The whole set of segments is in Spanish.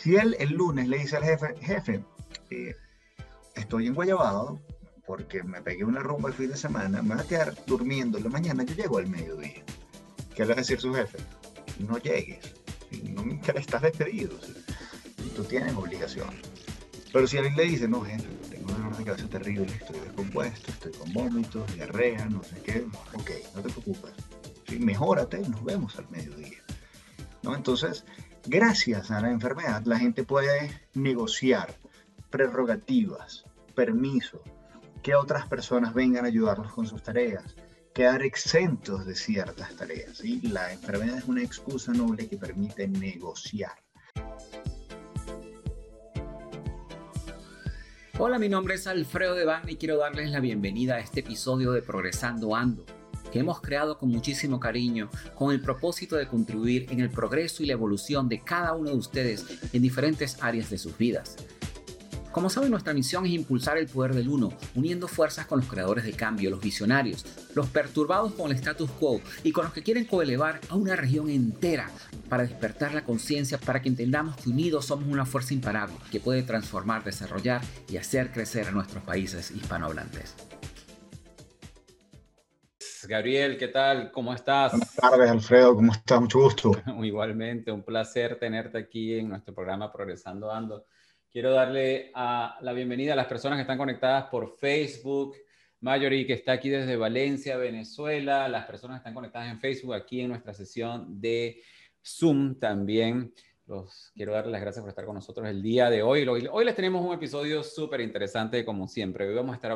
Si él el lunes le dice al jefe, eh, estoy en Guayabado porque me pegué una rumba el fin de semana, me voy a quedar durmiendo en la mañana, yo llego al mediodía. ¿Qué le va a decir su jefe? No llegues, no me interesa, estás despedido, ¿sí? Tú tienes obligación. Pero si alguien le dice, no, jefe, tengo un dolor de cabeza terrible, estoy descompuesto, estoy con vómitos, diarrea, no sé qué, ok, no te preocupes, ¿sí? Mejórate y nos vemos al mediodía, ¿no? Entonces, gracias a la enfermedad, la gente puede negociar prerrogativas, permisos, que otras personas vengan a ayudarlos con sus tareas, quedar exentos de ciertas tareas, ¿sí? La enfermedad es una excusa noble que permite negociar. Hola, mi nombre es Alfredo Devane y quiero darles la bienvenida a este episodio de Progresando Ando, que hemos creado con muchísimo cariño, con el propósito de contribuir en el progreso y la evolución de cada uno de ustedes en diferentes áreas de sus vidas. Como saben, nuestra misión es impulsar el poder del uno, uniendo fuerzas con los creadores de cambio, los visionarios, los perturbados con el status quo y con los que quieren coelevar a una región entera para despertar la conciencia, para que entendamos que unidos somos una fuerza imparable que puede transformar, desarrollar y hacer crecer a nuestros países hispanohablantes. Gabriel, ¿qué tal? ¿Cómo estás? Buenas tardes, Alfredo, ¿cómo estás? Mucho gusto. Igualmente, un placer tenerte aquí en nuestro programa Progresando Ando. Quiero darle la bienvenida a las personas que están conectadas por Facebook, Marjorie, que está aquí desde Valencia, Venezuela, las personas que están conectadas en Facebook aquí en nuestra sesión de Zoom también. Los quiero darles las gracias por estar con nosotros el día de hoy. Hoy les tenemos un episodio súper interesante, como siempre. Hoy vamos a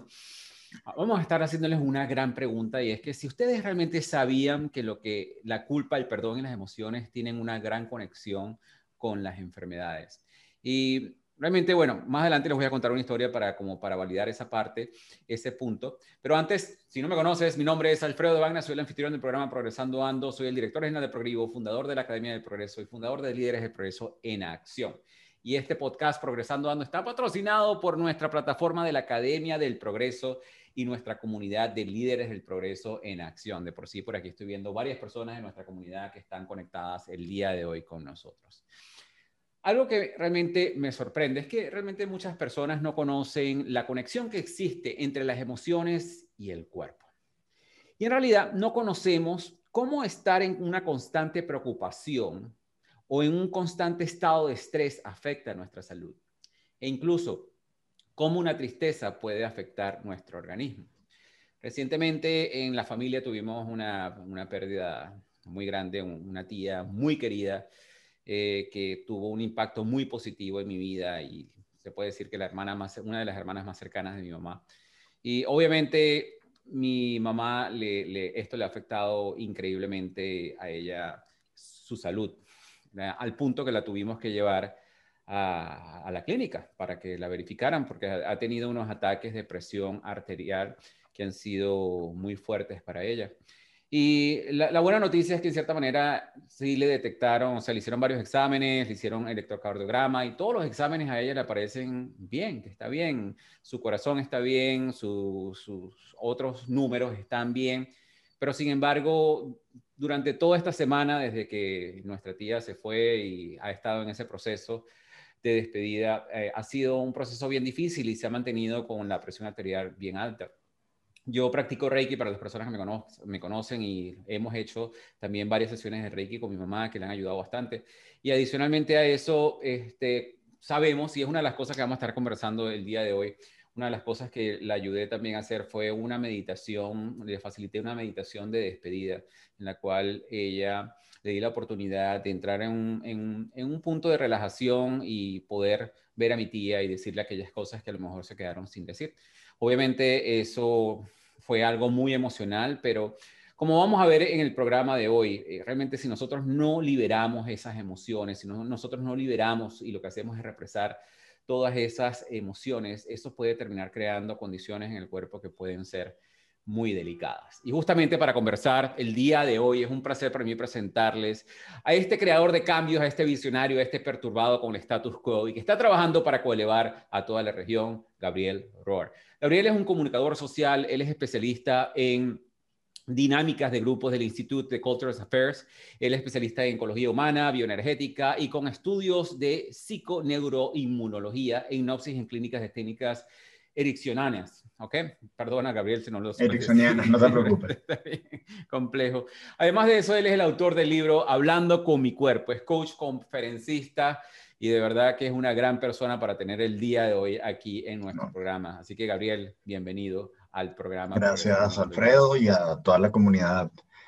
estar haciéndoles una gran pregunta, y es que si ustedes realmente sabían que la culpa, el perdón y las emociones tienen una gran conexión con las enfermedades. Y realmente, bueno, más adelante les voy a contar una historia para validar esa parte, ese punto. Pero antes, si no me conoces, mi nombre es Alfredo Devane, soy el anfitrión del programa Progresando Ando, soy el director general de Progrivo, fundador de la Academia del Progreso y fundador de Líderes del Progreso en Acción. Y este podcast Progresando Ando está patrocinado por nuestra plataforma de la Academia del Progreso y nuestra comunidad de Líderes del Progreso en Acción. De por sí, por aquí estoy viendo varias personas de nuestra comunidad que están conectadas el día de hoy con nosotros. Algo que realmente me sorprende es que realmente muchas personas no conocen la conexión que existe entre las emociones y el cuerpo. Y en realidad no conocemos cómo estar en una constante preocupación o en un constante estado de estrés afecta a nuestra salud. E incluso cómo una tristeza puede afectar nuestro organismo. Recientemente en la familia tuvimos una pérdida muy grande, una tía muy querida, que tuvo un impacto muy positivo en mi vida, y se puede decir que una de las hermanas más cercanas de mi mamá. Y obviamente mi mamá esto le ha afectado increíblemente a ella, su salud, al punto que la tuvimos que llevar a la clínica para que la verificaran, porque ha tenido unos ataques de presión arterial que han sido muy fuertes para ella. Y la buena noticia es que en cierta manera sí le detectaron, o sea, le hicieron varios exámenes, le hicieron electrocardiograma, y todos los exámenes a ella le parecen bien, que está bien, su corazón está bien, sus otros números están bien, pero sin embargo, durante toda esta semana, desde que nuestra tía se fue y ha estado en ese proceso de despedida, ha sido un proceso bien difícil y se ha mantenido con la presión arterial bien alta. Yo practico Reiki para las personas que me conocen, y hemos hecho también varias sesiones de Reiki con mi mamá que le han ayudado bastante. Y adicionalmente a eso, sabemos, y es una de las cosas que vamos a estar conversando el día de hoy, una de las cosas que la ayudé también a hacer fue una meditación, le facilité una meditación de despedida, en la cual ella le di la oportunidad de entrar en un punto de relajación y poder ver a mi tía y decirle aquellas cosas que a lo mejor se quedaron sin decir. Obviamente eso fue algo muy emocional, pero como vamos a ver en el programa de hoy, realmente si nosotros no liberamos esas emociones, si nosotros no liberamos y lo que hacemos es represar todas esas emociones, eso puede terminar creando condiciones en el cuerpo que pueden ser muy delicadas. Y justamente para conversar el día de hoy, es un placer para mí presentarles a este creador de cambios, a este visionario, a este perturbado con el status quo y que está trabajando para coelevar a toda la región, Gabriel Rohr. Gabriel es un comunicador social, él es especialista en dinámicas de grupos del Institute de Cultural Affairs. Él es especialista en ecología humana, bioenergética y con estudios de psiconeuroinmunología e hipnosis en clínicas de técnicas ericksonianas. ¿Ok? Perdona, Gabriel, si no lo sé decir. Ericksonianas, no te preocupes. Complejo. Además de eso, él es el autor del libro Hablando con mi cuerpo. Es coach, conferencista y de verdad que es una gran persona para tener el día de hoy aquí en nuestro programa. Así que, Gabriel, bienvenido al programa Gracias, Progresando Ando y Ando. Alfredo, y a toda la comunidad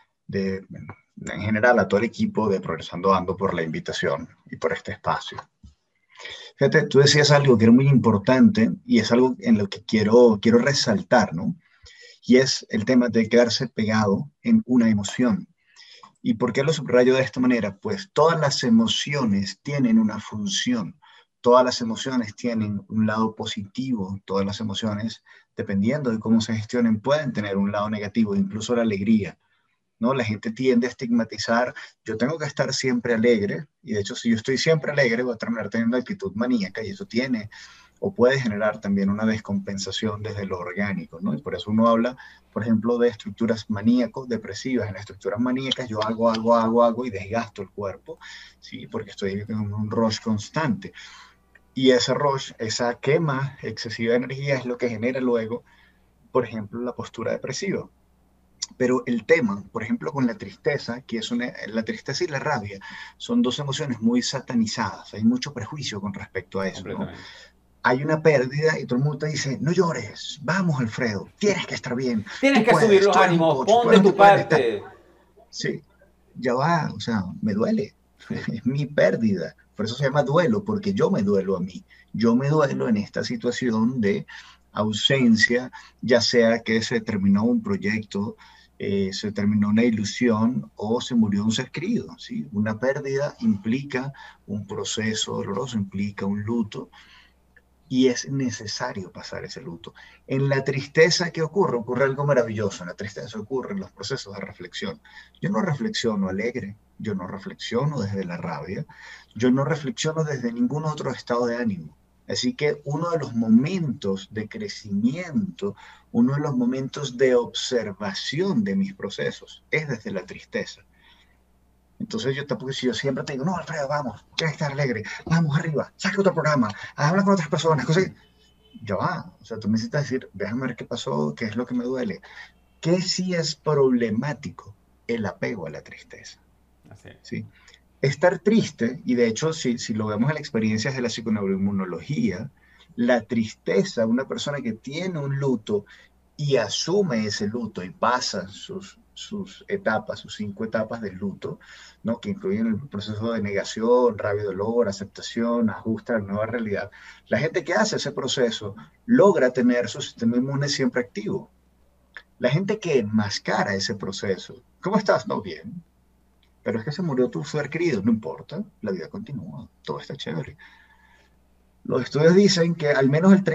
en general, a todo el equipo de Progresando Ando por la invitación y por este espacio. Fíjate, tú decías algo que era muy importante y es algo en lo que quiero resaltar, ¿no? Y es el tema de quedarse pegado en una emoción. ¿Y por qué lo subrayo de esta manera? Pues todas las emociones tienen una función, todas las emociones tienen un lado positivo, todas las emociones, dependiendo de cómo se gestionen, pueden tener un lado negativo, incluso la alegría, ¿no? La gente tiende a estigmatizar, yo tengo que estar siempre alegre, y de hecho si yo estoy siempre alegre voy a terminar teniendo actitud maníaca, y eso tiene o puede generar también una descompensación desde lo orgánico, ¿no? Y por eso uno habla, por ejemplo, de estructuras maníaco-depresivas. En las estructuras maníacas yo hago y desgasto el cuerpo, ¿sí? Porque estoy en un rush constante. Y ese rush, esa quema excesiva de energía es lo que genera luego, por ejemplo, la postura depresiva. Pero el tema, por ejemplo, con la tristeza, que es la tristeza y la rabia, son dos emociones muy satanizadas. Hay mucho prejuicio con respecto a eso, ¿no? Hay una pérdida y todo el mundo te dice, no llores, vamos Alfredo, tienes que estar bien, Tienes tú que subir puedes, los tú eres un ánimos, coach, tú pon de eres un tu tipo de metal. parte. Sí, ya va, o sea, me duele, es mi pérdida, por eso se llama duelo, porque yo me duelo a mí, yo me duelo en esta situación de ausencia, ya sea que se terminó un proyecto, se terminó una ilusión o se murió un ser querido, ¿sí? Una pérdida implica un proceso doloroso, implica un luto, y es necesario pasar ese luto. En la tristeza, ¿qué ocurre? Ocurre algo maravilloso. En la tristeza ocurren los procesos de reflexión. Yo no reflexiono alegre, yo no reflexiono desde la rabia, yo no reflexiono desde ningún otro estado de ánimo. Así que uno de los momentos de crecimiento, uno de los momentos de observación de mis procesos es desde la tristeza. Entonces yo tampoco, si yo siempre te digo, no, Alfredo, vamos, tienes que estar alegre, vamos arriba, saca otro programa, habla con otras personas, cosas. Ya va, o sea, tú necesitas decir, déjame ver qué pasó, qué es lo que me duele. ¿Qué sí es problemático? El apego a la tristeza, Así es. ¿sí? Estar triste, y de hecho, si lo vemos en las experiencias de la psiconeuroinmunología, la tristeza, una persona que tiene un luto y asume ese luto y pasa sus etapas, sus 5 etapas del luto, ¿no? Que incluyen el proceso de negación, rabia, dolor, aceptación, ajuste a la nueva realidad. La gente que hace ese proceso logra tener su sistema inmune siempre activo. La gente que enmascara ese proceso, ¿cómo estás? No, bien. Pero es que se murió tu ser querido, no importa, la vida continúa, todo está chévere. Los estudios dicen que al menos el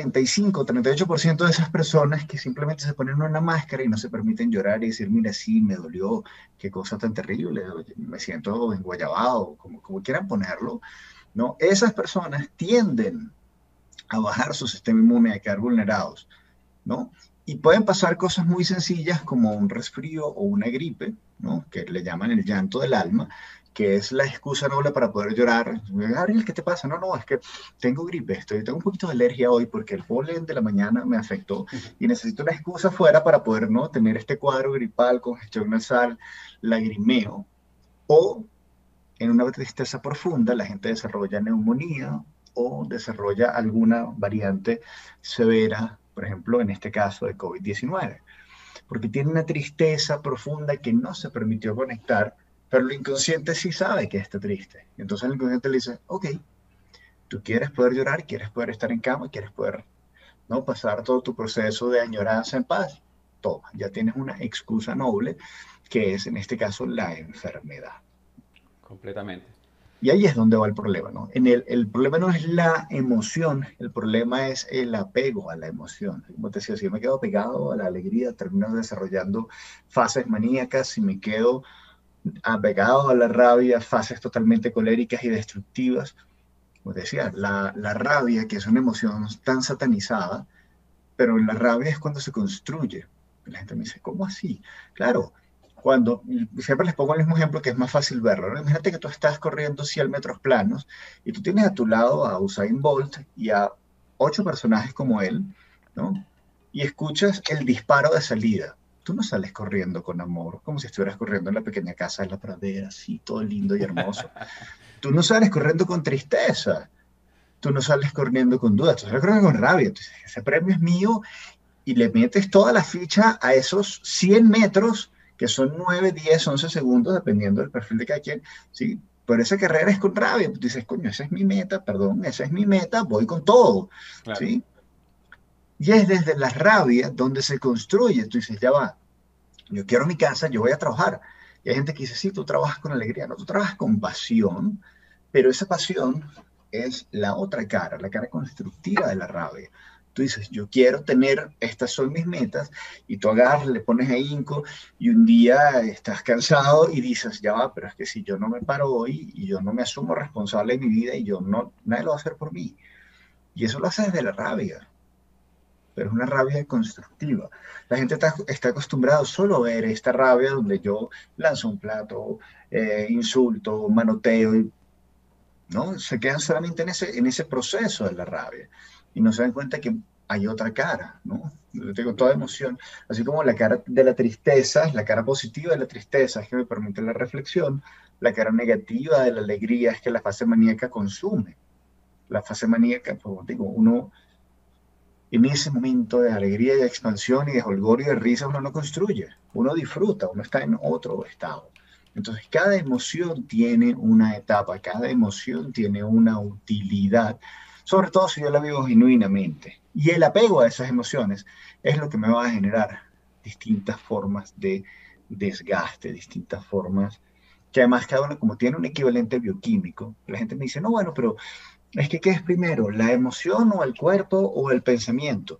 35-38% de esas personas que simplemente se ponen una máscara y no se permiten llorar y decir, mira, sí, me dolió, qué cosa tan terrible, me siento enguayabado, como quieran ponerlo, ¿no? Esas personas tienden a bajar su sistema inmune, a quedar vulnerados, ¿no? Y pueden pasar cosas muy sencillas como un resfrío o una gripe, ¿no? Que le llaman el llanto del alma, que es la excusa noble para poder llorar. Gabriel, ¿qué te pasa? No, no, es que tengo gripe, tengo un poquito de alergia hoy porque el polen de la mañana me afectó y necesito una excusa fuera para poder, ¿no? Tener este cuadro gripal, congestión nasal, lagrimeo. O en una tristeza profunda, la gente desarrolla neumonía o desarrolla alguna variante severa, por ejemplo, en este caso de COVID-19, porque tiene una tristeza profunda que no se permitió conectar, pero el inconsciente sí sabe que está triste. Entonces el inconsciente le dice, ok, tú quieres poder llorar, quieres poder estar en cama, quieres poder, ¿no? Pasar todo tu proceso de añoranza en paz. Toma, ya tienes una excusa noble, que es en este caso la enfermedad. Completamente. Y ahí es donde va el problema, ¿no? El problema no es la emoción, el problema es el apego a la emoción. Como te decía, si yo me quedo pegado a la alegría, termino desarrollando fases maníacas, si me quedo apegado a la rabia, fases totalmente coléricas y destructivas. Como te decía, la rabia, que es una emoción tan satanizada, pero la rabia es cuando se construye. La gente me dice, ¿cómo así? Claro, cuando siempre les pongo el mismo ejemplo que es más fácil verlo, ¿no? Imagínate que tú estás corriendo 100 metros planos y tú tienes a tu lado a Usain Bolt y a 8 personajes como él, ¿no? Y escuchas el disparo de salida. Tú no sales corriendo con amor, como si estuvieras corriendo en la pequeña casa de la pradera, así, todo lindo y hermoso. Tú no sales corriendo con tristeza, tú no sales corriendo con dudas, tú sales corriendo con rabia. Tú dices, ese premio es mío y le metes toda la ficha a esos 100 metros, que son 9, 10, 11 segundos, dependiendo del perfil de cada quien, ¿sí? Pero esa carrera es con rabia. Tú dices, coño, esa es mi meta, perdón, esa es mi meta, voy con todo, Claro. ¿sí? Y es desde la rabia donde se construye. Tú dices, ya va, yo quiero mi casa, yo voy a trabajar. Y hay gente que dice, sí, tú trabajas con alegría. No, tú trabajas con pasión, pero esa pasión es la otra cara, la cara constructiva de la rabia. Tú dices, yo quiero tener, estas son mis metas, y tú agarras, le pones ahínco, y un día estás cansado y dices, ya va, pero es que si yo no me paro hoy y yo no me asumo responsable de mi vida y yo no, nadie lo va a hacer por mí. Y eso lo haces desde la rabia, pero es una rabia constructiva. La gente está acostumbrada solo a ver esta rabia donde yo lanzo un plato, insulto, manoteo, ¿no? Se quedan solamente en ese proceso de la rabia y no se dan cuenta que hay otra cara, ¿no? Yo tengo toda emoción, así como la cara de la tristeza, la cara positiva de la tristeza es que me permite la reflexión, la cara negativa de la alegría es que la fase maníaca consume. La fase maníaca, pues digo, uno en ese momento de alegría y de expansión y de holgorio y de risa uno no construye, uno disfruta, uno está en otro estado. Entonces, cada emoción tiene una etapa, cada emoción tiene una utilidad, sobre todo si yo la vivo genuinamente. Y el apego a esas emociones es lo que me va a generar distintas formas de desgaste, distintas formas que además cada uno como tiene un equivalente bioquímico, la gente me dice, no, bueno, pero es que ¿qué es primero? ¿La emoción o el cuerpo o el pensamiento?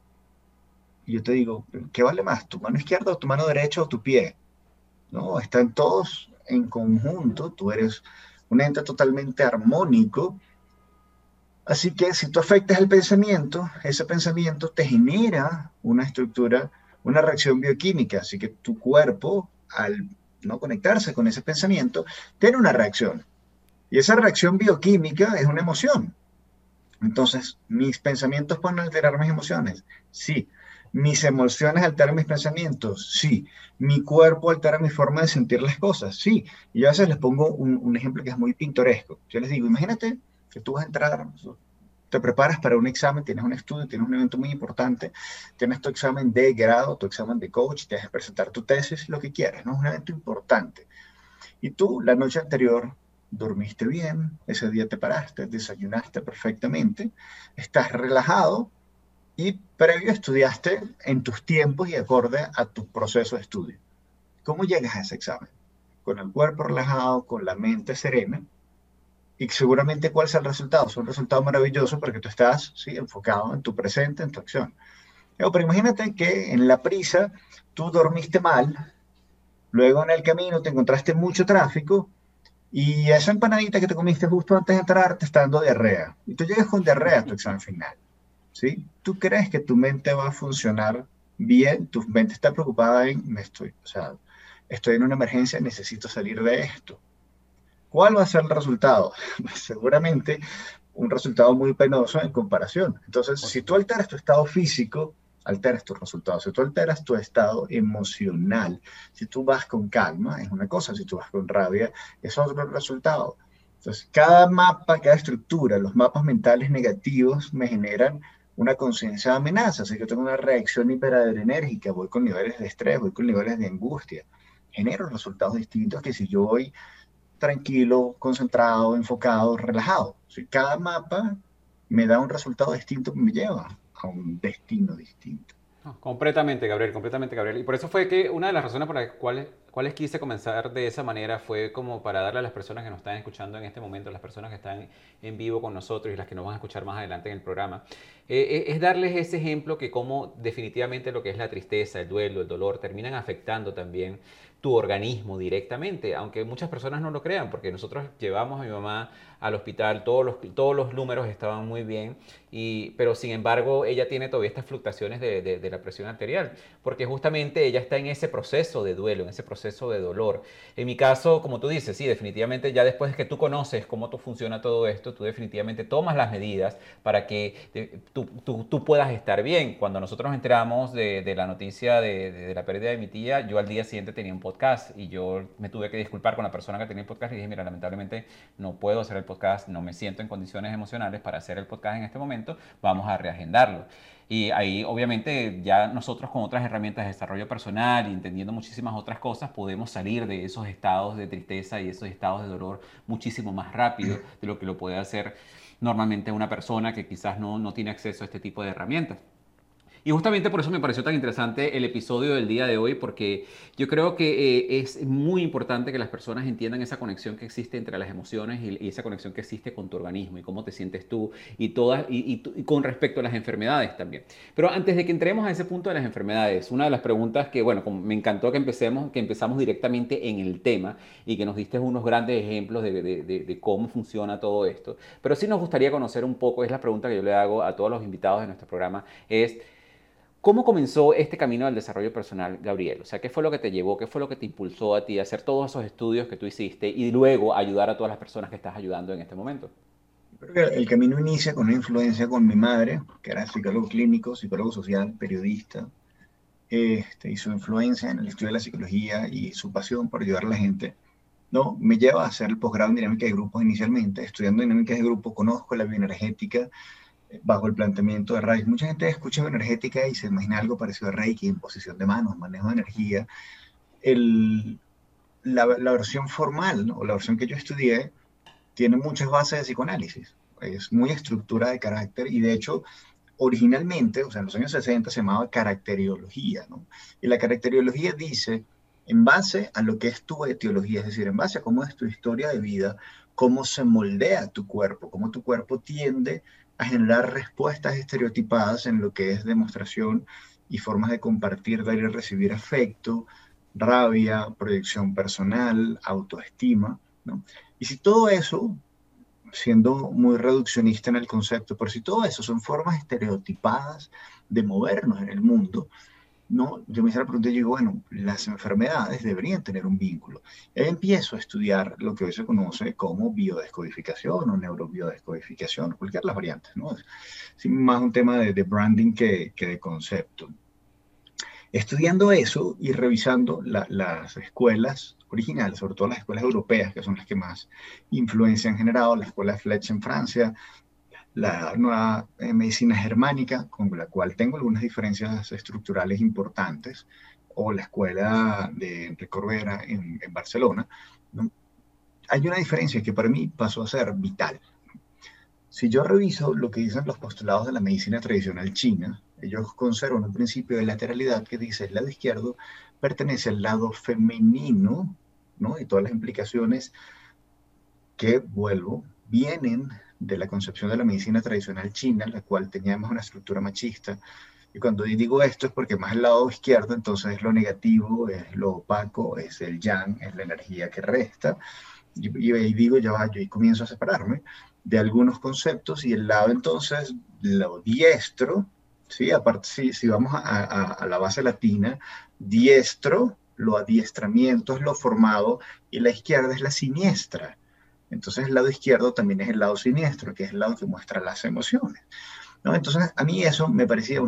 Y yo te digo, ¿qué vale más? ¿Tu mano izquierda o tu mano derecha o tu pie? No, están todos en conjunto, tú eres un ente totalmente armónico, así que si tú afectas el pensamiento, ese pensamiento te genera una estructura, una reacción bioquímica, así que tu cuerpo, al no conectarse con ese pensamiento, tiene una reacción. Y esa reacción bioquímica es una emoción. Entonces, ¿mis pensamientos pueden alterar mis emociones? Sí. ¿Mis emociones alteran mis pensamientos? Sí. ¿Mi cuerpo altera mi forma de sentir las cosas? Sí. Y yo a veces les pongo un ejemplo que es muy pintoresco. Yo les digo, imagínate que tú vas a entrar, te preparas para un examen, tienes un estudio, tienes un evento muy importante, tienes tu examen de grado, tu examen de coach, tienes que presentar tu tesis, lo que quieras, ¿no? Es un evento importante. Y tú la noche anterior dormiste bien, ese día te paraste, desayunaste perfectamente, estás relajado y previo estudiaste en tus tiempos y acorde a tu proceso de estudio. ¿Cómo llegas a ese examen? Con el cuerpo relajado, con la mente serena y seguramente ¿cuál es el resultado? Es un resultado maravilloso porque tú estás ¿sí? enfocado en tu presente, en tu acción. Pero imagínate que en la prisa tú dormiste mal, luego en el camino te encontraste mucho tráfico. Y esa empanadita que te comiste justo antes de entrar te está dando diarrea. Y tú llegas con diarrea a tu examen final, ¿sí? ¿Tú crees que tu mente va a funcionar bien? Tu mente está preocupada en, o sea, estoy en una emergencia, necesito salir de esto. ¿Cuál va a ser el resultado? Pues seguramente un resultado muy penoso en comparación. Entonces, Por si tú supuesto. alteras tu estado físico, alteras tus resultados. Si tú alteras tu estado emocional, si tú vas con calma, es una cosa, si tú vas con rabia, es otro resultado. Entonces, cada mapa, cada estructura, los mapas mentales negativos me generan una conciencia de amenaza. Si yo tengo una reacción hiperadrenérgica, voy con niveles de estrés, voy con niveles de angustia. Genero resultados distintos que si yo voy tranquilo, concentrado, enfocado, relajado. Si cada mapa me da un resultado distinto, me lleva a un destino distinto. No, completamente, Gabriel, completamente, Gabriel. Y por eso fue que una de las razones por las cuales cuales quise comenzar de esa manera fue como para darle a las personas que nos están escuchando en este momento, las personas que están en vivo con nosotros y las que nos van a escuchar más adelante en el programa, es darles ese ejemplo que como definitivamente lo que es la tristeza, el duelo, el dolor, terminan afectando también tu organismo directamente, aunque muchas personas no lo crean, porque nosotros llevamos a mi mamá al hospital, todos los números estaban muy bien, pero sin embargo ella tiene todavía estas fluctuaciones de la presión arterial, porque justamente ella está en ese proceso de duelo, en ese proceso de dolor. En mi caso, como tú dices, sí, definitivamente ya después de que tú conoces cómo funciona todo esto, tú definitivamente tomas las medidas para que tú puedas estar bien. Cuando nosotros nos enteramos de la noticia de la pérdida de mi tía, yo al día siguiente tenía un podcast y yo me tuve que disculpar con la persona que tenía el podcast y dije, mira, lamentablemente no puedo hacer el podcast, no me siento en condiciones emocionales para hacer el podcast en este momento, vamos a reagendarlo. Y ahí obviamente ya nosotros con otras herramientas de desarrollo personal y entendiendo muchísimas otras cosas podemos salir de esos estados de tristeza y esos estados de dolor muchísimo más rápido de lo que lo puede hacer normalmente una persona que quizás no tiene acceso a este tipo de herramientas. Y justamente por eso me pareció tan interesante el episodio del día de hoy, porque yo creo que es muy importante que las personas entiendan esa conexión que existe entre las emociones y esa conexión que existe con tu organismo y cómo te sientes tú y con respecto a las enfermedades también. Pero antes de que entremos a ese punto de las enfermedades, una de las preguntas que, bueno, me encantó que empezamos directamente en el tema y que nos diste unos grandes ejemplos de cómo funciona todo esto. Pero sí nos gustaría conocer un poco, es la pregunta que yo le hago a todos los invitados de nuestro programa, es ¿cómo comenzó este camino del desarrollo personal, Gabriel? O sea, ¿qué fue lo que te llevó, qué fue lo que te impulsó a ti a hacer todos esos estudios que tú hiciste y luego ayudar a todas las personas que estás ayudando en este momento? Creo que el camino inicia con una influencia con mi madre, que era psicólogo clínico, psicólogo social, periodista, y su influencia en el estudio de la psicología y su pasión por ayudar a la gente, ¿no? Me lleva a hacer el posgrado en dinámica de grupos inicialmente. Estudiando dinámica de grupos conozco la bioenergética bajo el planteamiento de Reiki. Mucha gente escucha bioenergética y se imagina algo parecido a Reiki, imposición de manos, manejo de energía. El, la versión formal, ¿no? O la versión que yo estudié tiene muchas bases de psicoanálisis. Es muy estructura de carácter y de hecho originalmente, o sea, en los años 60 se llamaba caracteriología, ¿no? Y la caracteriología dice, en base a lo que es tu etiología, es decir, en base a cómo es tu historia de vida, cómo se moldea tu cuerpo, cómo tu cuerpo tiende a generar respuestas estereotipadas en lo que es demostración y formas de compartir, dar y recibir afecto, rabia, proyección personal, autoestima, ¿no? Y si todo eso, siendo muy reduccionista en el concepto, pero si todo eso son formas estereotipadas de movernos en el mundo, no, yo me hice la pregunta y digo, bueno, las enfermedades deberían tener un vínculo. Y ahí empiezo a estudiar lo que hoy se conoce como biodescodificación o neurobiodescodificación, cualquiera de las variantes, ¿no? Es más un tema de branding que de concepto. Estudiando eso y revisando las escuelas originales, sobre todo las escuelas europeas, que son las que más influencia han generado, la escuela Fletch en Francia, la nueva medicina germánica, con la cual tengo algunas diferencias estructurales importantes, o la escuela de Enrique Corbera en Barcelona, ¿no? Hay una diferencia que para mí pasó a ser vital. Si yo reviso lo que dicen los postulados de la medicina tradicional china, ellos conservan un principio de lateralidad que dice el lado izquierdo pertenece al lado femenino, ¿no? Y todas las implicaciones que, vuelvo, vienen de la concepción de la medicina tradicional china, la cual tenía más una estructura machista. Y cuando digo esto es porque más el lado izquierdo, entonces es lo negativo, es lo opaco, es el yang, es la energía que resta. Y ahí digo, ya va, yo ahí comienzo a separarme de algunos conceptos y el lado entonces, lo diestro, ¿sí? Aparte, si vamos a la base latina, diestro, lo adiestramiento es lo formado y la izquierda es la siniestra. Entonces el lado izquierdo también es el lado siniestro, que es el lado que muestra las emociones, ¿no? Entonces a mí eso me parecía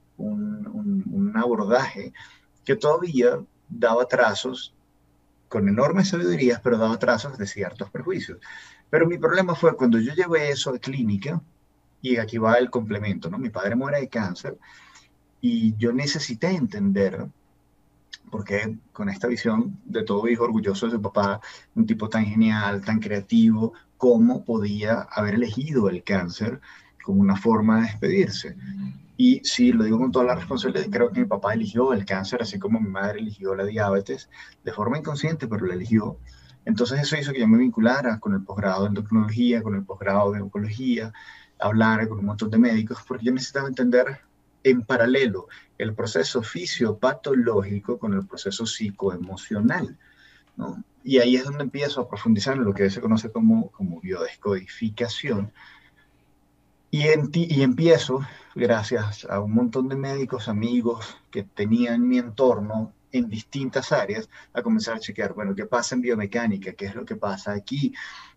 un abordaje que todavía daba trazos con enormes sabidurías, pero daba trazos de ciertos prejuicios. Pero mi problema fue cuando yo llevé eso a clínica, y aquí va el complemento, ¿no? Mi padre muere de cáncer y yo necesité entender porque con esta visión de todo hijo orgulloso de su papá, un tipo tan genial, tan creativo, cómo podía haber elegido el cáncer como una forma de despedirse. Y sí, lo digo con toda la responsabilidad, creo que mi papá eligió el cáncer, así como mi madre eligió la diabetes, de forma inconsciente, pero la eligió. Entonces eso hizo que yo me vinculara con el posgrado de endocrinología, con el posgrado de oncología, hablara con un montón de médicos, porque yo necesitaba entender en paralelo el proceso fisiopatológico con el proceso psicoemocional, ¿no? Y ahí es donde empiezo a profundizar en lo que se conoce como biodescodificación, y empiezo, gracias a un montón de médicos amigos que tenía en mi entorno en distintas áreas, a comenzar a chequear, bueno, ¿qué pasa en biomecánica? ¿Qué es lo que pasa aquí?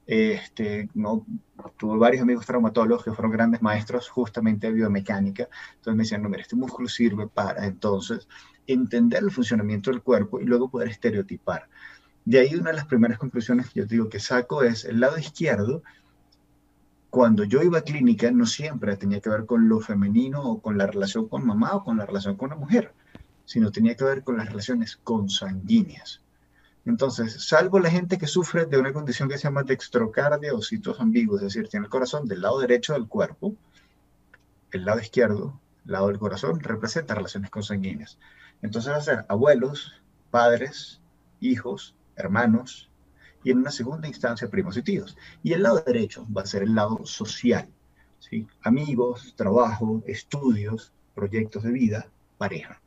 No, tuve varios amigos traumatólogos que fueron grandes maestros justamente de biomecánica. Entonces me decían, no, mira, este músculo sirve para entonces entender el funcionamiento del cuerpo y luego poder estereotipar. De ahí una de las primeras conclusiones que yo digo que saco es el lado izquierdo. Cuando yo iba a clínica, no siempre tenía que ver con lo femenino o con la relación con mamá o con la relación con la mujer, sino tenía que ver con las relaciones consanguíneas. Entonces, salvo la gente que sufre de una condición que se llama dextrocardia o citos ambiguos, es decir, tiene el corazón del lado derecho del cuerpo, el lado izquierdo, el lado del corazón, representa relaciones consanguíneas. Entonces va a ser abuelos, padres, hijos, hermanos, y en una segunda instancia primos y tíos. Y el lado derecho va a ser el lado social, ¿sí? Amigos, trabajo, estudios, proyectos de vida, pareja.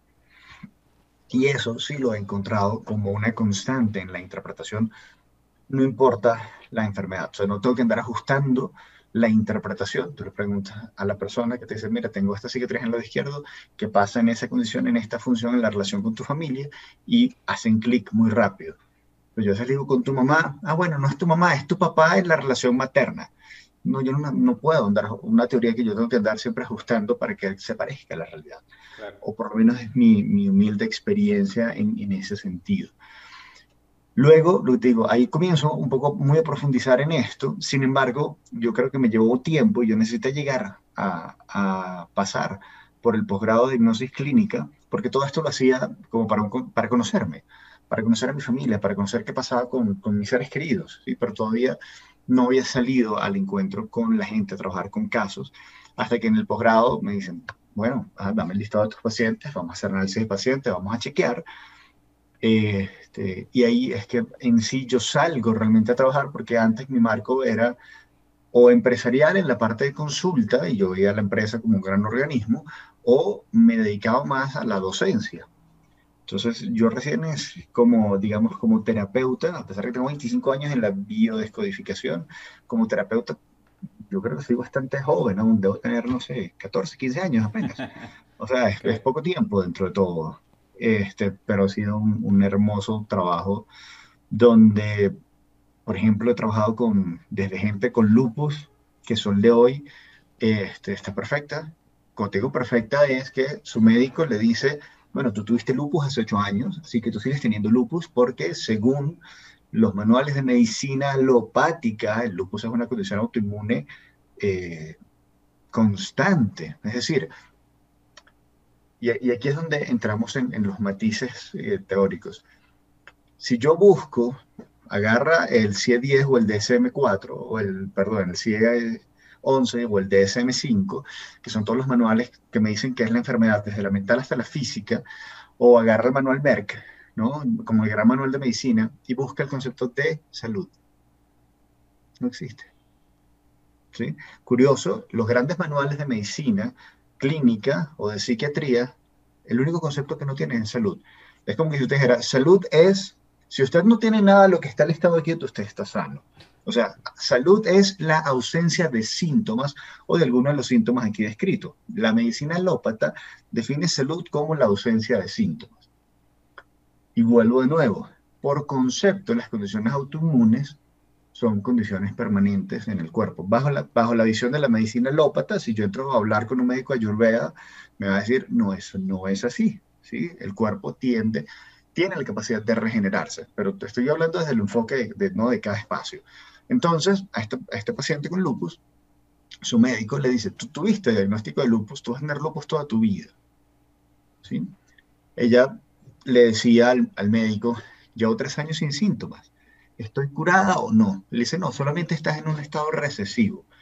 Y eso sí lo he encontrado como una constante en la interpretación, no importa la enfermedad. O sea, no tengo que andar ajustando la interpretación. Tú le preguntas a la persona que te dice, mira, tengo esta cicatriz en el lado izquierdo, ¿qué pasa en esa condición, en esta función, en la relación con tu familia? Y hacen clic muy rápido. Pues yo salgo con tu mamá, ah, bueno, no es tu mamá, es tu papá en la relación materna. No, yo no puedo andar, una teoría que yo tengo que andar siempre ajustando para que se parezca a la realidad. Claro. O por lo menos es mi humilde experiencia en ese sentido. Luego, lo que te digo, ahí comienzo un poco muy a profundizar en esto. Sin embargo, yo creo que me llevó tiempo y yo necesité llegar a pasar por el posgrado de hipnosis clínica, porque todo esto lo hacía como para conocerme, para conocer a mi familia, para conocer qué pasaba con mis seres queridos, ¿sí? Pero todavía no había salido al encuentro con la gente, a trabajar con casos, hasta que en el posgrado me dicen, bueno, dame el listado de tus pacientes, vamos a hacer análisis de pacientes, vamos a chequear. Y ahí es que en sí yo salgo realmente a trabajar, porque antes mi marco era o empresarial en la parte de consulta, y yo veía a la empresa como un gran organismo, o me dedicaba más a la docencia. Entonces yo recién es como, digamos, como terapeuta, a pesar de que tengo 25 años en la biodescodificación, como terapeuta, yo creo que soy bastante joven, aún debo tener, no sé, 14, 15 años apenas. O sea, es Okay. poco tiempo dentro de todo. Pero ha sido un hermoso trabajo donde, por ejemplo, he trabajado desde gente con lupus, que son de hoy, está perfecta. Cuando te digo perfecta es que su médico le dice, bueno, tú tuviste lupus hace 8 años, así que tú sigues teniendo lupus porque según los manuales de medicina alopática, el lupus es una condición autoinmune eh, constante. Es decir, y aquí es donde entramos en los matices teóricos. Si yo busco, agarra el CIE-10 o el DSM-4, perdón, el CIE-11 o el DSM-5, que son todos los manuales que me dicen qué es la enfermedad, desde la mental hasta la física, o agarra el manual Merck, ¿no? Como el gran manual de medicina, y busca el concepto de salud. No existe. ¿Sí? Curioso, los grandes manuales de medicina clínica o de psiquiatría, el único concepto que no tienen es salud. Es como que si usted dijera, salud es, si usted no tiene nada de lo que está listado aquí, usted está sano. O sea, salud es la ausencia de síntomas o de algunos de los síntomas aquí descritos. La medicina alópata define salud como la ausencia de síntomas. Y vuelvo de nuevo, por concepto, las condiciones autoinmunes son condiciones permanentes en el cuerpo. Bajo la visión de la medicina alópata, si yo entro a hablar con un médico ayurveda, me va a decir, no, eso no es así, ¿sí? El cuerpo tiene la capacidad de regenerarse, pero te estoy hablando desde el enfoque no de cada espacio. Entonces, a este paciente con lupus, su médico le dice, tú tuviste diagnóstico de lupus, tú vas a tener lupus toda tu vida, ¿sí? Ella le decía al médico, llevo 3 años sin síntomas. ¿Estoy curada o no? Le dice, no, solamente estás en un estado recesivo.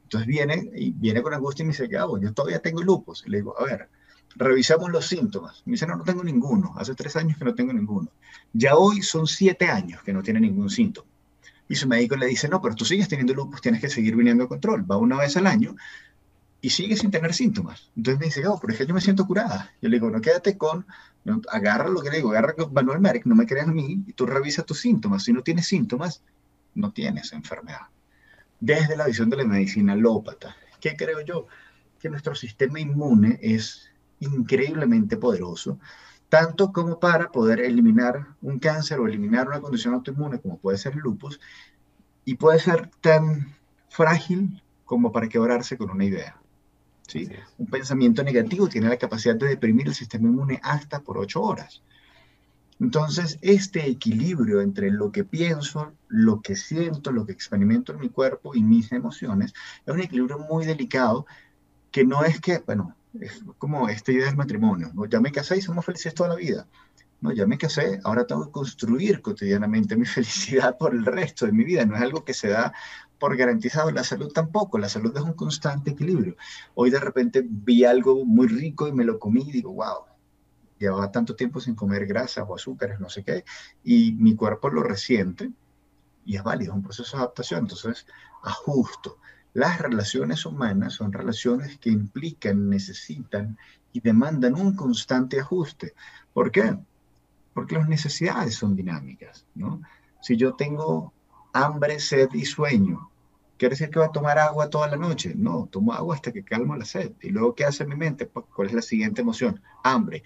Entonces viene con angustia y me dice, Gabo, yo todavía tengo lupus. Y le digo, a ver, revisamos los síntomas. Me dice, no, no tengo ninguno. Hace 3 años que no tengo ninguno. Ya hoy son 7 años que no tiene ningún síntoma. Y su médico le dice, no, pero tú sigues teniendo lupus, tienes que seguir viniendo a control. Va una vez al año y sigue sin tener síntomas. Entonces me dice, oh, pero es que yo me siento curada. Yo le digo, no, quédate con, no, agarra lo que le digo, agarra con Manuel Merck, no me creas a mí, y tú revisas tus síntomas. Si no tienes síntomas, no tienes enfermedad. Desde la visión de la medicina alópata, ¿qué creo yo? Que nuestro sistema inmune es increíblemente poderoso, tanto como para poder eliminar un cáncer o eliminar una condición autoinmune como puede ser el lupus, y puede ser tan frágil como para quebrarse con una idea. ¿Sí? Así es. Un pensamiento negativo tiene la capacidad de deprimir el sistema inmune hasta por 8 horas. Entonces, este equilibrio entre lo que pienso, lo que siento, lo que experimento en mi cuerpo y mis emociones, es un equilibrio muy delicado que no es que, bueno, es como esta idea del matrimonio, ¿no? Ya me casé y somos felices toda la vida. No, ya me casé, ahora tengo que construir cotidianamente mi felicidad por el resto de mi vida. No es algo que se da por garantizado. La salud tampoco. La salud es un constante equilibrio. Hoy de repente vi algo muy rico y me lo comí y digo, wow, llevaba tanto tiempo sin comer grasas o azúcares, no sé qué, y mi cuerpo lo resiente y es válido, es un proceso de adaptación. Entonces, ajusto. Las relaciones humanas son relaciones que implican, necesitan y demandan un constante ajuste. ¿Por qué? Porque las necesidades son dinámicas, ¿no? Si yo tengo hambre, sed y sueño, ¿quiere decir que va a tomar agua toda la noche? No, tomo agua hasta que calmo la sed. ¿Y luego qué hace mi mente? Pues, ¿cuál es la siguiente emoción? Hambre.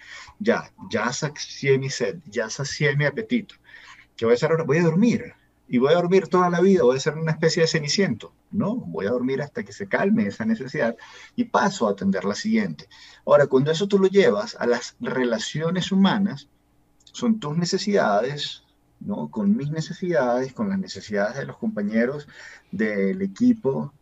Ya sacié mi sed, ya sacié mi apetito. ¿Qué voy a hacer ahora? Voy a dormir. Y voy a dormir toda la vida, voy a ser una especie de ceniciento. No, voy a dormir hasta que se calme esa necesidad y paso a atender la siguiente. Ahora, cuando eso tú lo llevas a las relaciones humanas, son tus necesidades, ¿no? Con mis necesidades, con las necesidades de los compañeros del equipo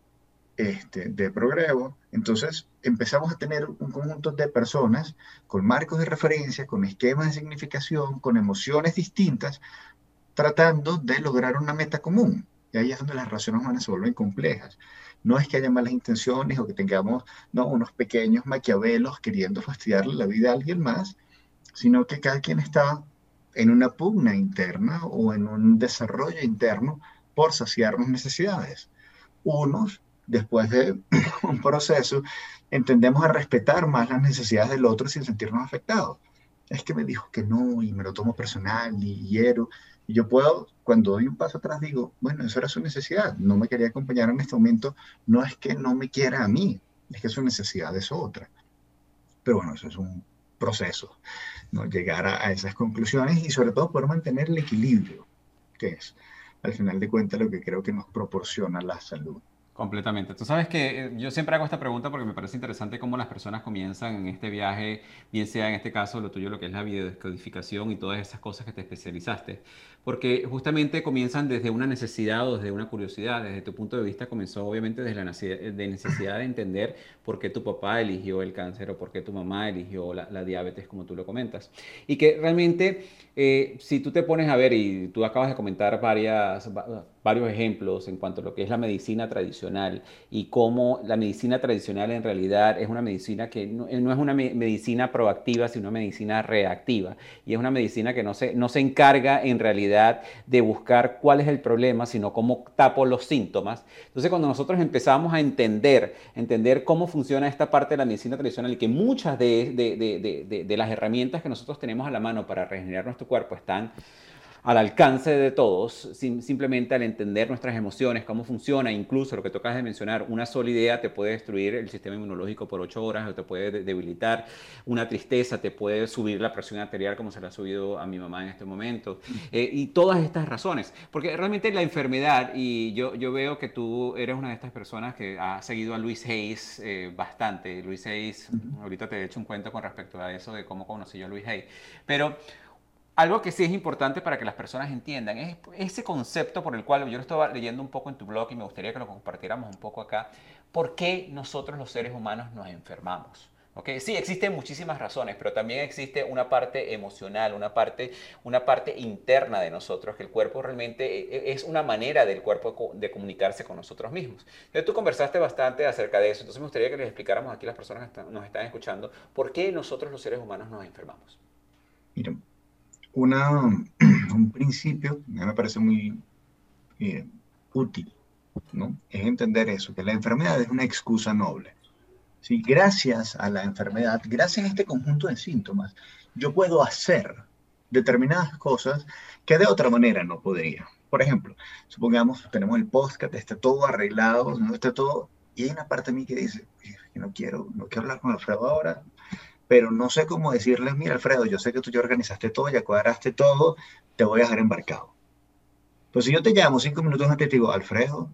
de Progreso. Entonces empezamos a tener un conjunto de personas con marcos de referencia, con esquemas de significación, con emociones distintas, tratando de lograr una meta común. Y ahí es donde las relaciones humanas se vuelven complejas. No es que haya malas intenciones o que tengamos, no, unos pequeños maquiavelos queriendo fastidiarle la vida a alguien más, sino que cada quien está en una pugna interna o en un desarrollo interno por saciar sus necesidades. Unos, después de un proceso, entendemos a respetar más las necesidades del otro sin sentirnos afectados. Es que me dijo que no y me lo tomo personal y hiero. Y yo puedo, cuando doy un paso atrás, digo, bueno, eso era su necesidad, no me quería acompañar en este momento, no es que no me quiera a mí, es que su necesidad es otra. Pero bueno, eso es un proceso, ¿no? Llegar a esas conclusiones y sobre todo poder mantener el equilibrio, que es al final de cuentas lo que creo que nos proporciona la salud. Completamente. Tú sabes que yo siempre hago esta pregunta porque me parece interesante cómo las personas comienzan en este viaje, bien sea en este caso lo tuyo, lo que es la biodescodificación y todas esas cosas que te especializaste. Porque justamente comienzan desde una necesidad o desde una curiosidad. Desde tu punto de vista comenzó obviamente desde la necesidad de entender por qué tu papá eligió el cáncer o por qué tu mamá eligió la diabetes, como tú lo comentas. Y que realmente, si tú te pones a ver, y tú acabas de comentar varios ejemplos en cuanto a lo que es la medicina tradicional y cómo la medicina tradicional en realidad es una medicina que no es una medicina proactiva, sino una medicina reactiva. Y es una medicina que no se encarga en realidad de buscar cuál es el problema, sino cómo tapo los síntomas. Entonces, cuando nosotros empezamos a entender cómo funciona esta parte de la medicina tradicional y que muchas de las herramientas que nosotros tenemos a la mano para regenerar nuestro cuerpo están al alcance de todos, simplemente al entender nuestras emociones, cómo funciona, incluso lo que tocas de mencionar, una sola idea te puede destruir el sistema inmunológico por 8 horas, o te puede debilitar, una tristeza te puede subir la presión arterial como se la ha subido a mi mamá en este momento, y todas estas razones, porque realmente la enfermedad, y yo veo que tú eres una de estas personas que ha seguido a Luis Hayes bastante. Luis Hayes, ahorita te he hecho un cuento con respecto a eso de cómo conocí yo a Luis Hayes, pero algo que sí es importante para que las personas entiendan es ese concepto por el cual yo lo estaba leyendo un poco en tu blog y me gustaría que lo compartiéramos un poco acá. ¿Por qué nosotros los seres humanos nos enfermamos? ¿Ok? Sí, existen muchísimas razones, pero también existe una parte emocional, una parte interna de nosotros, que el cuerpo realmente es una manera del cuerpo de comunicarse con nosotros mismos. Entonces, tú conversaste bastante acerca de eso, entonces me gustaría que les explicáramos aquí a las personas que nos están escuchando por qué nosotros los seres humanos nos enfermamos. Mira, un principio, a mí me parece muy eh, útil, ¿no? Es entender eso, que la enfermedad es una excusa noble. Sí, gracias a la enfermedad, gracias a este conjunto de síntomas, yo puedo hacer determinadas cosas que de otra manera no podría. Por ejemplo, supongamos, tenemos el podcast, está todo arreglado, no está todo, y hay una parte de mí que dice, "Oye, que no quiero hablar con Alfredo ahora, pero no sé cómo decirle, mira, Alfredo, yo sé que tú ya organizaste todo, ya cuadraste todo, te voy a dejar embarcado. Pues si yo te llamo 5 minutos antes y te digo, Alfredo,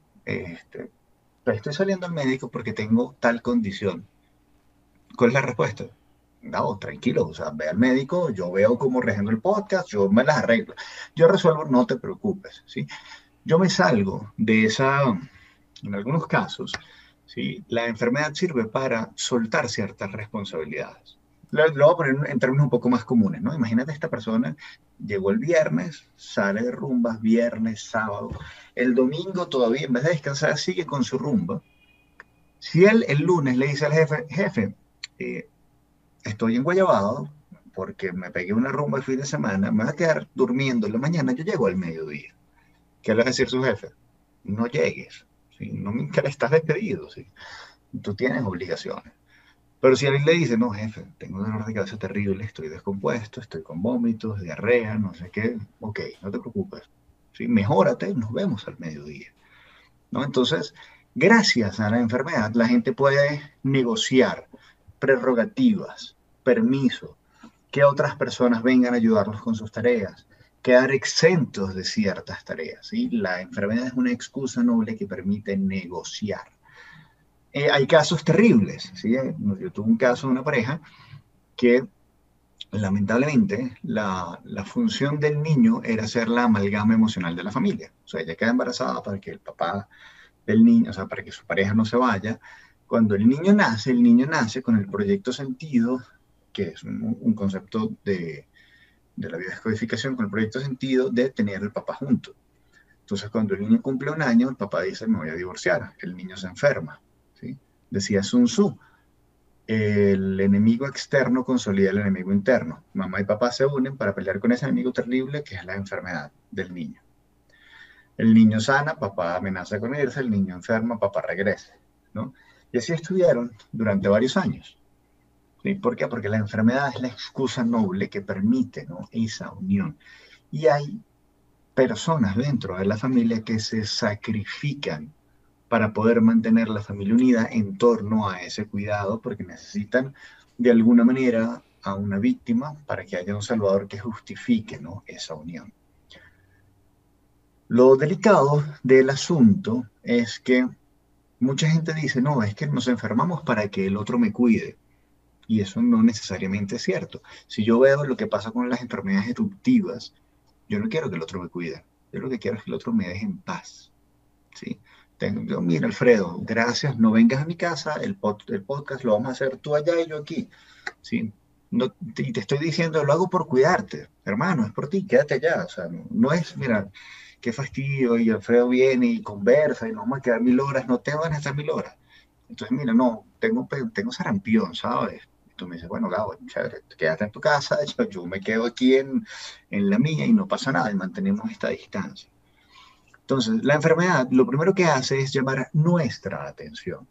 estoy saliendo al médico porque tengo tal condición. ¿Cuál es la respuesta? No, tranquilo, o sea, ve al médico, yo veo cómo regendo el podcast, yo me las arreglo. Yo resuelvo, no te preocupes, ¿sí? Yo me salgo de esa, en algunos casos, ¿sí? La enfermedad sirve para soltar ciertas responsabilidades. Lo voy a poner en términos un poco más comunes, ¿no? Imagínate esta persona, llegó el viernes, sale de rumbas, viernes, sábado, el domingo todavía, en vez de descansar, sigue con su rumba. Si él el lunes le dice al jefe, jefe, eh, estoy en Guayabado porque me pegué una rumba el fin de semana, me voy a quedar durmiendo en la mañana, yo llego al mediodía. ¿Qué le va a decir su jefe? No llegues, ¿sí? No me interesa, estás despedido, ¿sí? Tú tienes obligaciones. Pero si alguien le dice, no, jefe, tengo un dolor de cabeza terrible, estoy descompuesto, estoy con vómitos, diarrea, no sé qué, ok, no te preocupes, ¿sí? Mejórate, nos vemos al mediodía, ¿no? Entonces, gracias a la enfermedad, la gente puede negociar prerrogativas, permisos, que otras personas vengan a ayudarlos con sus tareas, quedar exentos de ciertas tareas. ¿Sí? La enfermedad es una excusa noble que permite negociar. Hay casos terribles. ¿Sí? Yo tuve un caso de una pareja que lamentablemente la función del niño era ser la amalgama emocional de la familia. O sea, ella queda embarazada para que el papá del niño, o sea, para que su pareja no se vaya. Cuando el niño nace con el proyecto sentido, que es un concepto de la biodescodificación con el proyecto sentido de tener al papá junto. Entonces, cuando el niño cumple un año, el papá dice, me voy a divorciar, el niño se enferma. ¿Sí? Decía Sun Tzu, el enemigo externo consolida el enemigo interno. Mamá y papá se unen para pelear con ese enemigo terrible que es la enfermedad del niño. El niño sana, papá amenaza con irse, el niño enferma, papá regresa. ¿No? Y así estuvieron durante varios años. ¿Sí? ¿Por qué? Porque la enfermedad es la excusa noble que permite, ¿no? Esa unión. Y hay personas dentro de la familia que se sacrifican para poder mantener la familia unida en torno a ese cuidado, porque necesitan de alguna manera a una víctima para que haya un salvador que justifique, ¿no? Esa unión. Lo delicado del asunto es que mucha gente dice, no, es que nos enfermamos para que el otro me cuide. Y eso no necesariamente es cierto. Si yo veo lo que pasa con las enfermedades eruptivas, yo no quiero que el otro me cuide. Yo lo que quiero es que el otro me deje en paz. ¿Sí? Mira, Alfredo, gracias, no vengas a mi casa, el podcast lo vamos a hacer tú allá y yo aquí. ¿Sí? No, y te estoy diciendo, lo hago por cuidarte, hermano, es por ti, quédate allá. O sea, no es, mira, qué fastidio, y Alfredo viene y conversa y nos vamos a quedar 1000 horas, no te van a estar 1000 horas. Entonces, mira, no, tengo sarampión, ¿sabes? Y tú me dices, bueno, Gabo, chévere, quédate en tu casa, yo me quedo aquí en la mía y no pasa nada, y mantenemos esta distancia. Entonces, la enfermedad lo primero que hace es llamar nuestra atención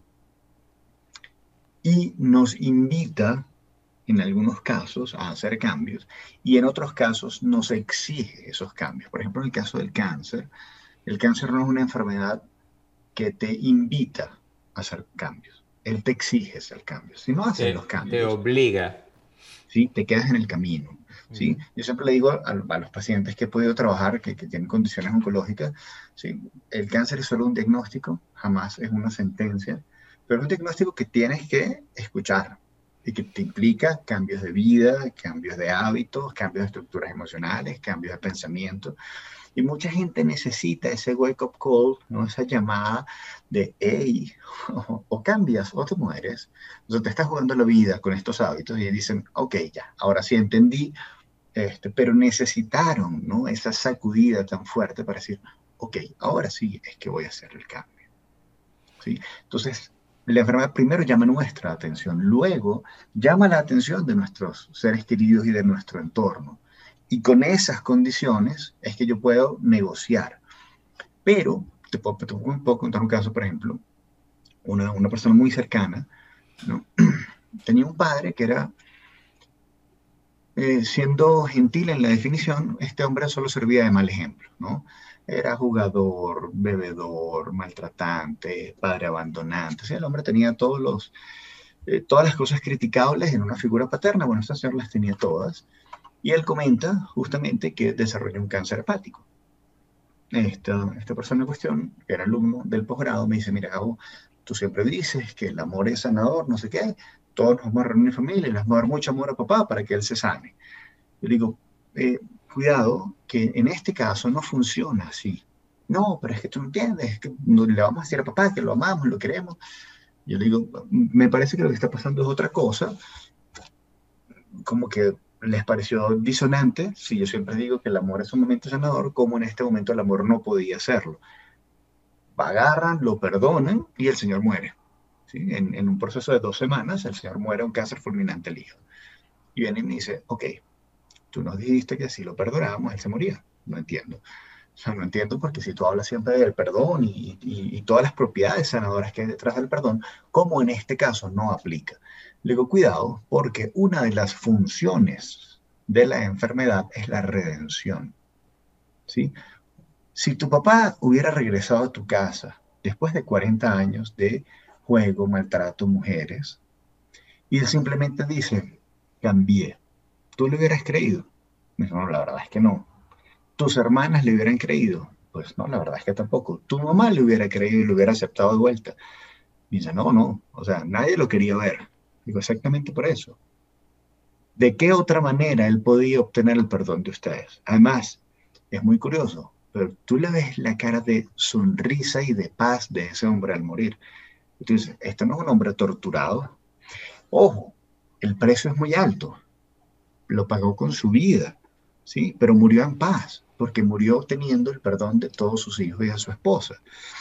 y nos invita, en algunos casos, a hacer cambios y en otros casos nos exige esos cambios. Por ejemplo, en el caso del cáncer, el cáncer no es una enfermedad que te invita a hacer cambios. Él te exige hacer cambios. Si no haces los Te cambios, obliga. ¿sí? Te quedas en el camino. ¿Sí? Ujú. Yo siempre le digo a los pacientes que he podido trabajar que tienen condiciones oncológicas, ¿sí? El cáncer es solo un diagnóstico, jamás es una sentencia, pero es un diagnóstico que tienes que escuchar. y que te implica cambios de vida, cambios de hábitos, cambios de estructuras emocionales, cambios de pensamiento. Y mucha gente necesita ese wake-up call, ¿no? Esa llamada de, hey, o cambias o te mueres. O sea, te estás jugando la vida con estos hábitos y dicen, ok, ya, ahora sí entendí, pero necesitaron, ¿no? Esa sacudida tan fuerte para decir, ok, ahora sí es que voy a hacer el cambio, ¿sí? Entonces, la enfermedad primero llama nuestra atención, luego llama la atención de nuestros seres queridos y de nuestro entorno. Y con esas condiciones es que yo puedo negociar. Pero puedo contar un caso, por ejemplo, una persona muy cercana, ¿no? Tenía un padre que era, siendo gentil en la definición, este hombre solo servía de mal ejemplo, ¿no? Era jugador, bebedor, maltratante, padre abandonante. O sea, el hombre tenía todas las cosas criticables en una figura paterna. Bueno, esta señora las tenía todas. Y él comenta justamente que desarrolló un cáncer hepático. Esta persona en cuestión, que era alumno del posgrado, me dice, mira, Gabo, tú siempre dices que el amor es sanador, no sé qué, todos nos vamos a reunir en familia y les vamos a dar mucho amor a papá para que él se sane. Yo digo, cuidado, que en este caso no funciona así. No, pero es que tú no entiendes, es que no le vamos a decir a papá que lo amamos, lo queremos. Yo le digo, me parece que lo que está pasando es otra cosa, como que les pareció disonante, si yo siempre digo que el amor es un momento sanador, como en este momento el amor no podía hacerlo. Agarran, lo perdonan y el señor muere. ¿Sí? En un proceso de 2 semanas, el señor muere de un cáncer fulminante al hígado. Y viene y me dice, ok, tú nos dijiste que si lo perdonábamos, él se moría. No entiendo. O sea, no entiendo porque si tú hablas siempre del perdón y todas las propiedades sanadoras que hay detrás del perdón, ¿cómo en este caso no aplica? Le digo, cuidado, porque una de las funciones de la enfermedad es la redención, ¿sí? Si tu papá hubiera regresado a tu casa después de 40 años de juego, maltrato, mujeres, y él simplemente dice, cambié, ¿tú le hubieras creído? Me dijo, no, la verdad es que no. ¿Tus hermanas le hubieran creído? Pues no, la verdad es que tampoco. ¿Tu mamá le hubiera creído y lo hubiera aceptado de vuelta? Y dice, no, no, o sea, nadie lo quería ver. Digo, exactamente por eso. ¿De qué otra manera él podía obtener el perdón de ustedes? Además, es muy curioso, pero tú le ves la cara de sonrisa y de paz de ese hombre al morir. Entonces, esto no es un hombre torturado. Ojo, el precio es muy alto. Lo pagó con su vida, ¿sí? Pero murió en paz, porque murió obteniendo el perdón de todos sus hijos y de su esposa.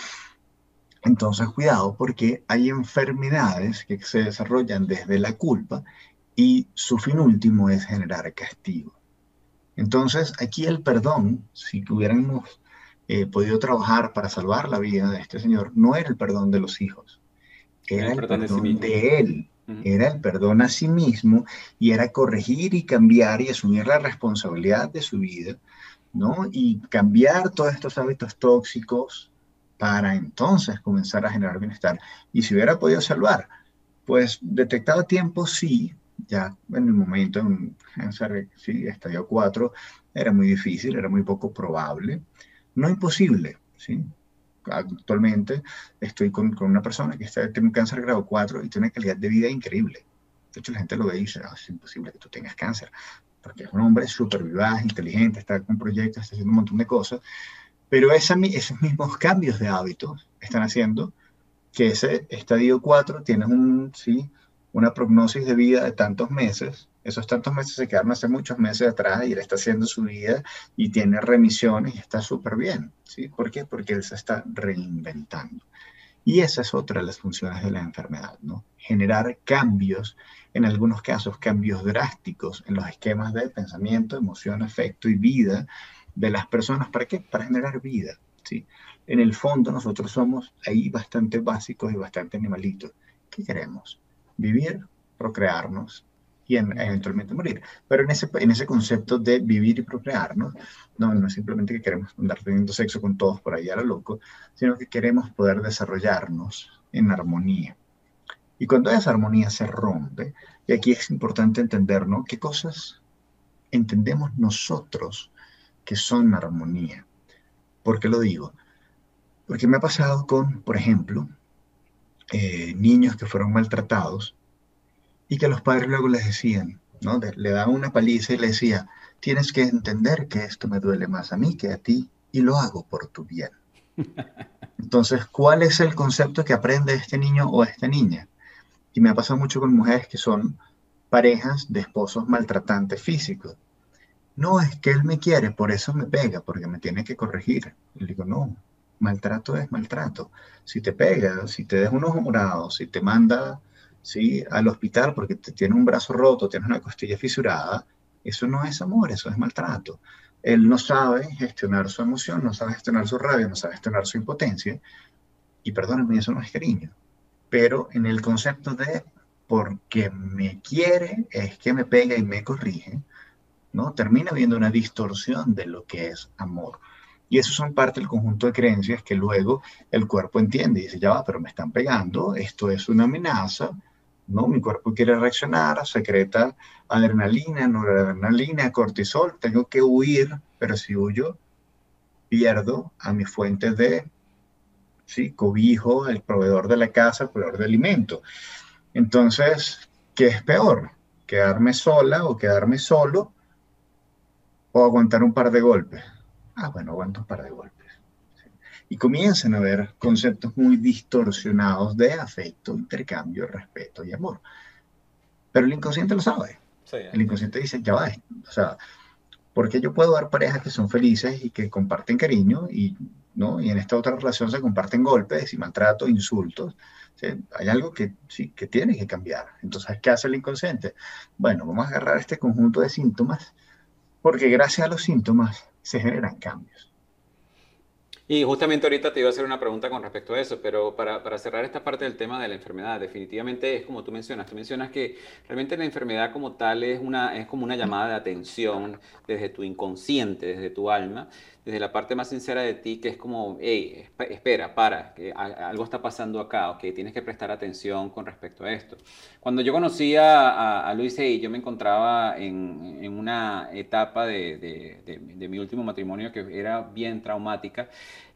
Entonces, cuidado, porque hay enfermedades que se desarrollan desde la culpa y su fin último es generar castigo. Entonces, aquí el perdón, si hubiéramos podido trabajar para salvar la vida de este señor, no era el perdón de los hijos, era El el perdón de sí perdón mismo. de él, era el perdón a sí mismo y era corregir y cambiar y asumir la responsabilidad de su vida, ¿no? Y cambiar todos estos hábitos tóxicos para entonces comenzar a generar bienestar. Y si hubiera podido salvar, pues detectado a tiempo, sí, ya en el momento, en un cáncer, sí, estadio 4, era muy difícil, era muy poco probable, no imposible, ¿sí? Actualmente estoy con una persona que tiene un cáncer grado 4 y tiene una calidad de vida increíble. De hecho, la gente lo ve y dice, "Ah, es imposible que tú tengas cáncer", porque es un hombre súper vivaz, inteligente, está con proyectos, está haciendo un montón de cosas, pero esos mismos cambios de hábitos están haciendo que ese estadio 4 tiene sí, una prognosis de vida de tantos meses. Esos tantos meses se quedaron hace muchos meses atrás y él está haciendo su vida y tiene remisiones y está súper bien, ¿sí? ¿Por qué? Porque él se está reinventando. Y esa es otra de las funciones de la enfermedad, ¿no? Generar cambios, en algunos casos cambios drásticos en los esquemas de pensamiento, emoción, afecto y vida de las personas. ¿Para qué? Para generar vida, ¿sí? En el fondo nosotros somos ahí bastante básicos y bastante animalitos. ¿Qué queremos? Vivir, procrearnos y eventualmente morir. Pero en ese concepto de vivir y procrearnos, no es simplemente que queremos andar teniendo sexo con todos por ahí a lo loco, sino que queremos poder desarrollarnos en armonía. Y cuando esa armonía se rompe, y aquí es importante entender, ¿no? ¿Qué cosas entendemos nosotros que son armonía? ¿Por qué lo digo? Porque me ha pasado con, por ejemplo, niños que fueron maltratados y que los padres luego les decían, ¿no? Le daban una paliza y le decía, tienes que entender que esto me duele más a mí que a ti y lo hago por tu bien. Entonces, ¿cuál es el concepto que aprende este niño o esta niña? Y me ha pasado mucho con mujeres que son parejas de esposos maltratantes físicos. No, es que él me quiere, por eso me pega, porque me tiene que corregir. Y le digo, no, maltrato es maltrato. Si te pega, si te deja un ojo morado, si te manda, ¿sí?, al hospital porque te tiene un brazo roto, tienes una costilla fisurada, eso no es amor, eso es maltrato. Él no sabe gestionar su emoción, no sabe gestionar su rabia, no sabe gestionar su impotencia, y perdónenme, eso no es cariño. Pero en el concepto de porque me quiere, es que me pega y me corrige, ¿no? Termina habiendo una distorsión de lo que es amor. Y eso son parte del conjunto de creencias que luego el cuerpo entiende y dice, ya va, pero me están pegando, esto es una amenaza, ¿no? Mi cuerpo quiere reaccionar, secreta adrenalina, noradrenalina, cortisol, tengo que huir, pero si huyo, pierdo a mi fuente de, ¿sí?, cobijo, el proveedor de la casa, el proveedor de alimento. Entonces, ¿qué es peor? ¿Quedarme sola o quedarme solo o aguantar un par de golpes? Ah, bueno, aguanto un par de golpes. ¿Sí? Y comienzan a haber conceptos muy distorsionados de afecto, intercambio, respeto y amor. Pero el inconsciente lo sabe. Sí, El inconsciente dice, ya va, o sea, porque yo puedo ver parejas que son felices y que comparten cariño y, ¿no?, y en esta otra relación se comparten golpes y maltrato, insultos. ¿Sí? Hay algo que sí, que tiene que cambiar. Entonces, ¿qué hace el inconsciente? Bueno, vamos a agarrar este conjunto de síntomas porque gracias a los síntomas se generan cambios. Y justamente ahorita te iba a hacer una pregunta con respecto a eso, pero para cerrar esta parte del tema de la enfermedad, definitivamente es como tú mencionas que realmente la enfermedad como tal es como una llamada de atención desde tu inconsciente, desde tu alma, desde la parte más sincera de ti, que es como, hey, espera, para, que algo está pasando acá, ok, tienes que prestar atención con respecto a esto. Cuando yo conocí a Luis Hay, yo me encontraba en una etapa de mi último matrimonio que era bien traumática.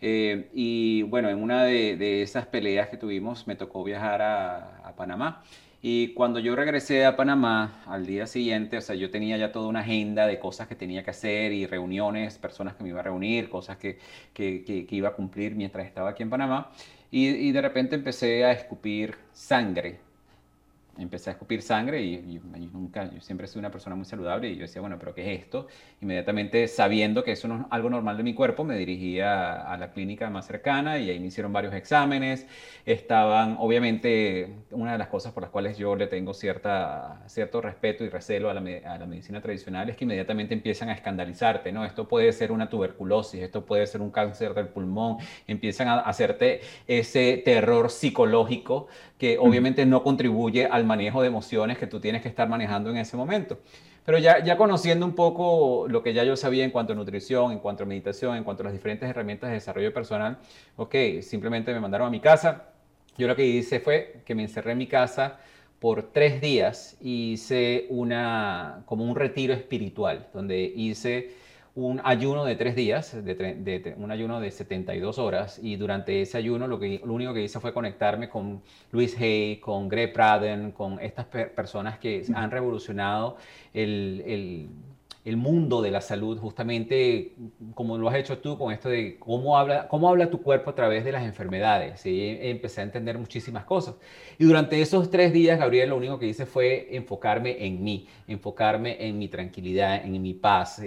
Y bueno, en una de esas peleas que tuvimos me tocó viajar a Panamá. Y cuando yo regresé a Panamá al día siguiente, o sea, yo tenía ya toda una agenda de cosas que tenía que hacer y reuniones, personas que me iba a reunir, cosas que iba a cumplir mientras estaba aquí en Panamá. Y de repente empecé a escupir sangre. Empecé a escupir sangre y nunca, yo siempre he sido una persona muy saludable y yo decía, bueno, pero ¿qué es esto? Inmediatamente sabiendo que eso no es algo normal de mi cuerpo, me dirigí a la clínica más cercana y ahí me hicieron varios exámenes. Estaban, obviamente, una de las cosas por las cuales yo le tengo cierto respeto y recelo a la medicina tradicional es que inmediatamente empiezan a escandalizarte, ¿no? Esto puede ser una tuberculosis, esto puede ser un cáncer del pulmón, empiezan a hacerte ese terror psicológico que obviamente no contribuye al manejo de emociones que tú tienes que estar manejando en ese momento. Pero ya conociendo un poco lo que ya yo sabía en cuanto a nutrición, en cuanto a meditación, en cuanto a las diferentes herramientas de desarrollo personal, ok, simplemente me mandaron a mi casa. Yo lo que hice fue que me encerré en mi casa por 3 días y hice como un retiro espiritual, donde hice un ayuno de 3 días, un ayuno de 72 horas, y durante ese ayuno lo único que hice fue conectarme con Louise Hay, con Gray Praden, con estas personas que han revolucionado el, el, el mundo de la salud, justamente como lo has hecho tú con esto de cómo habla tu cuerpo a través de las enfermedades. ¿Sí? Empecé a entender muchísimas cosas. Y durante esos 3 días, Gabriel, lo único que hice fue enfocarme en mí, enfocarme en mi tranquilidad, en mi paz.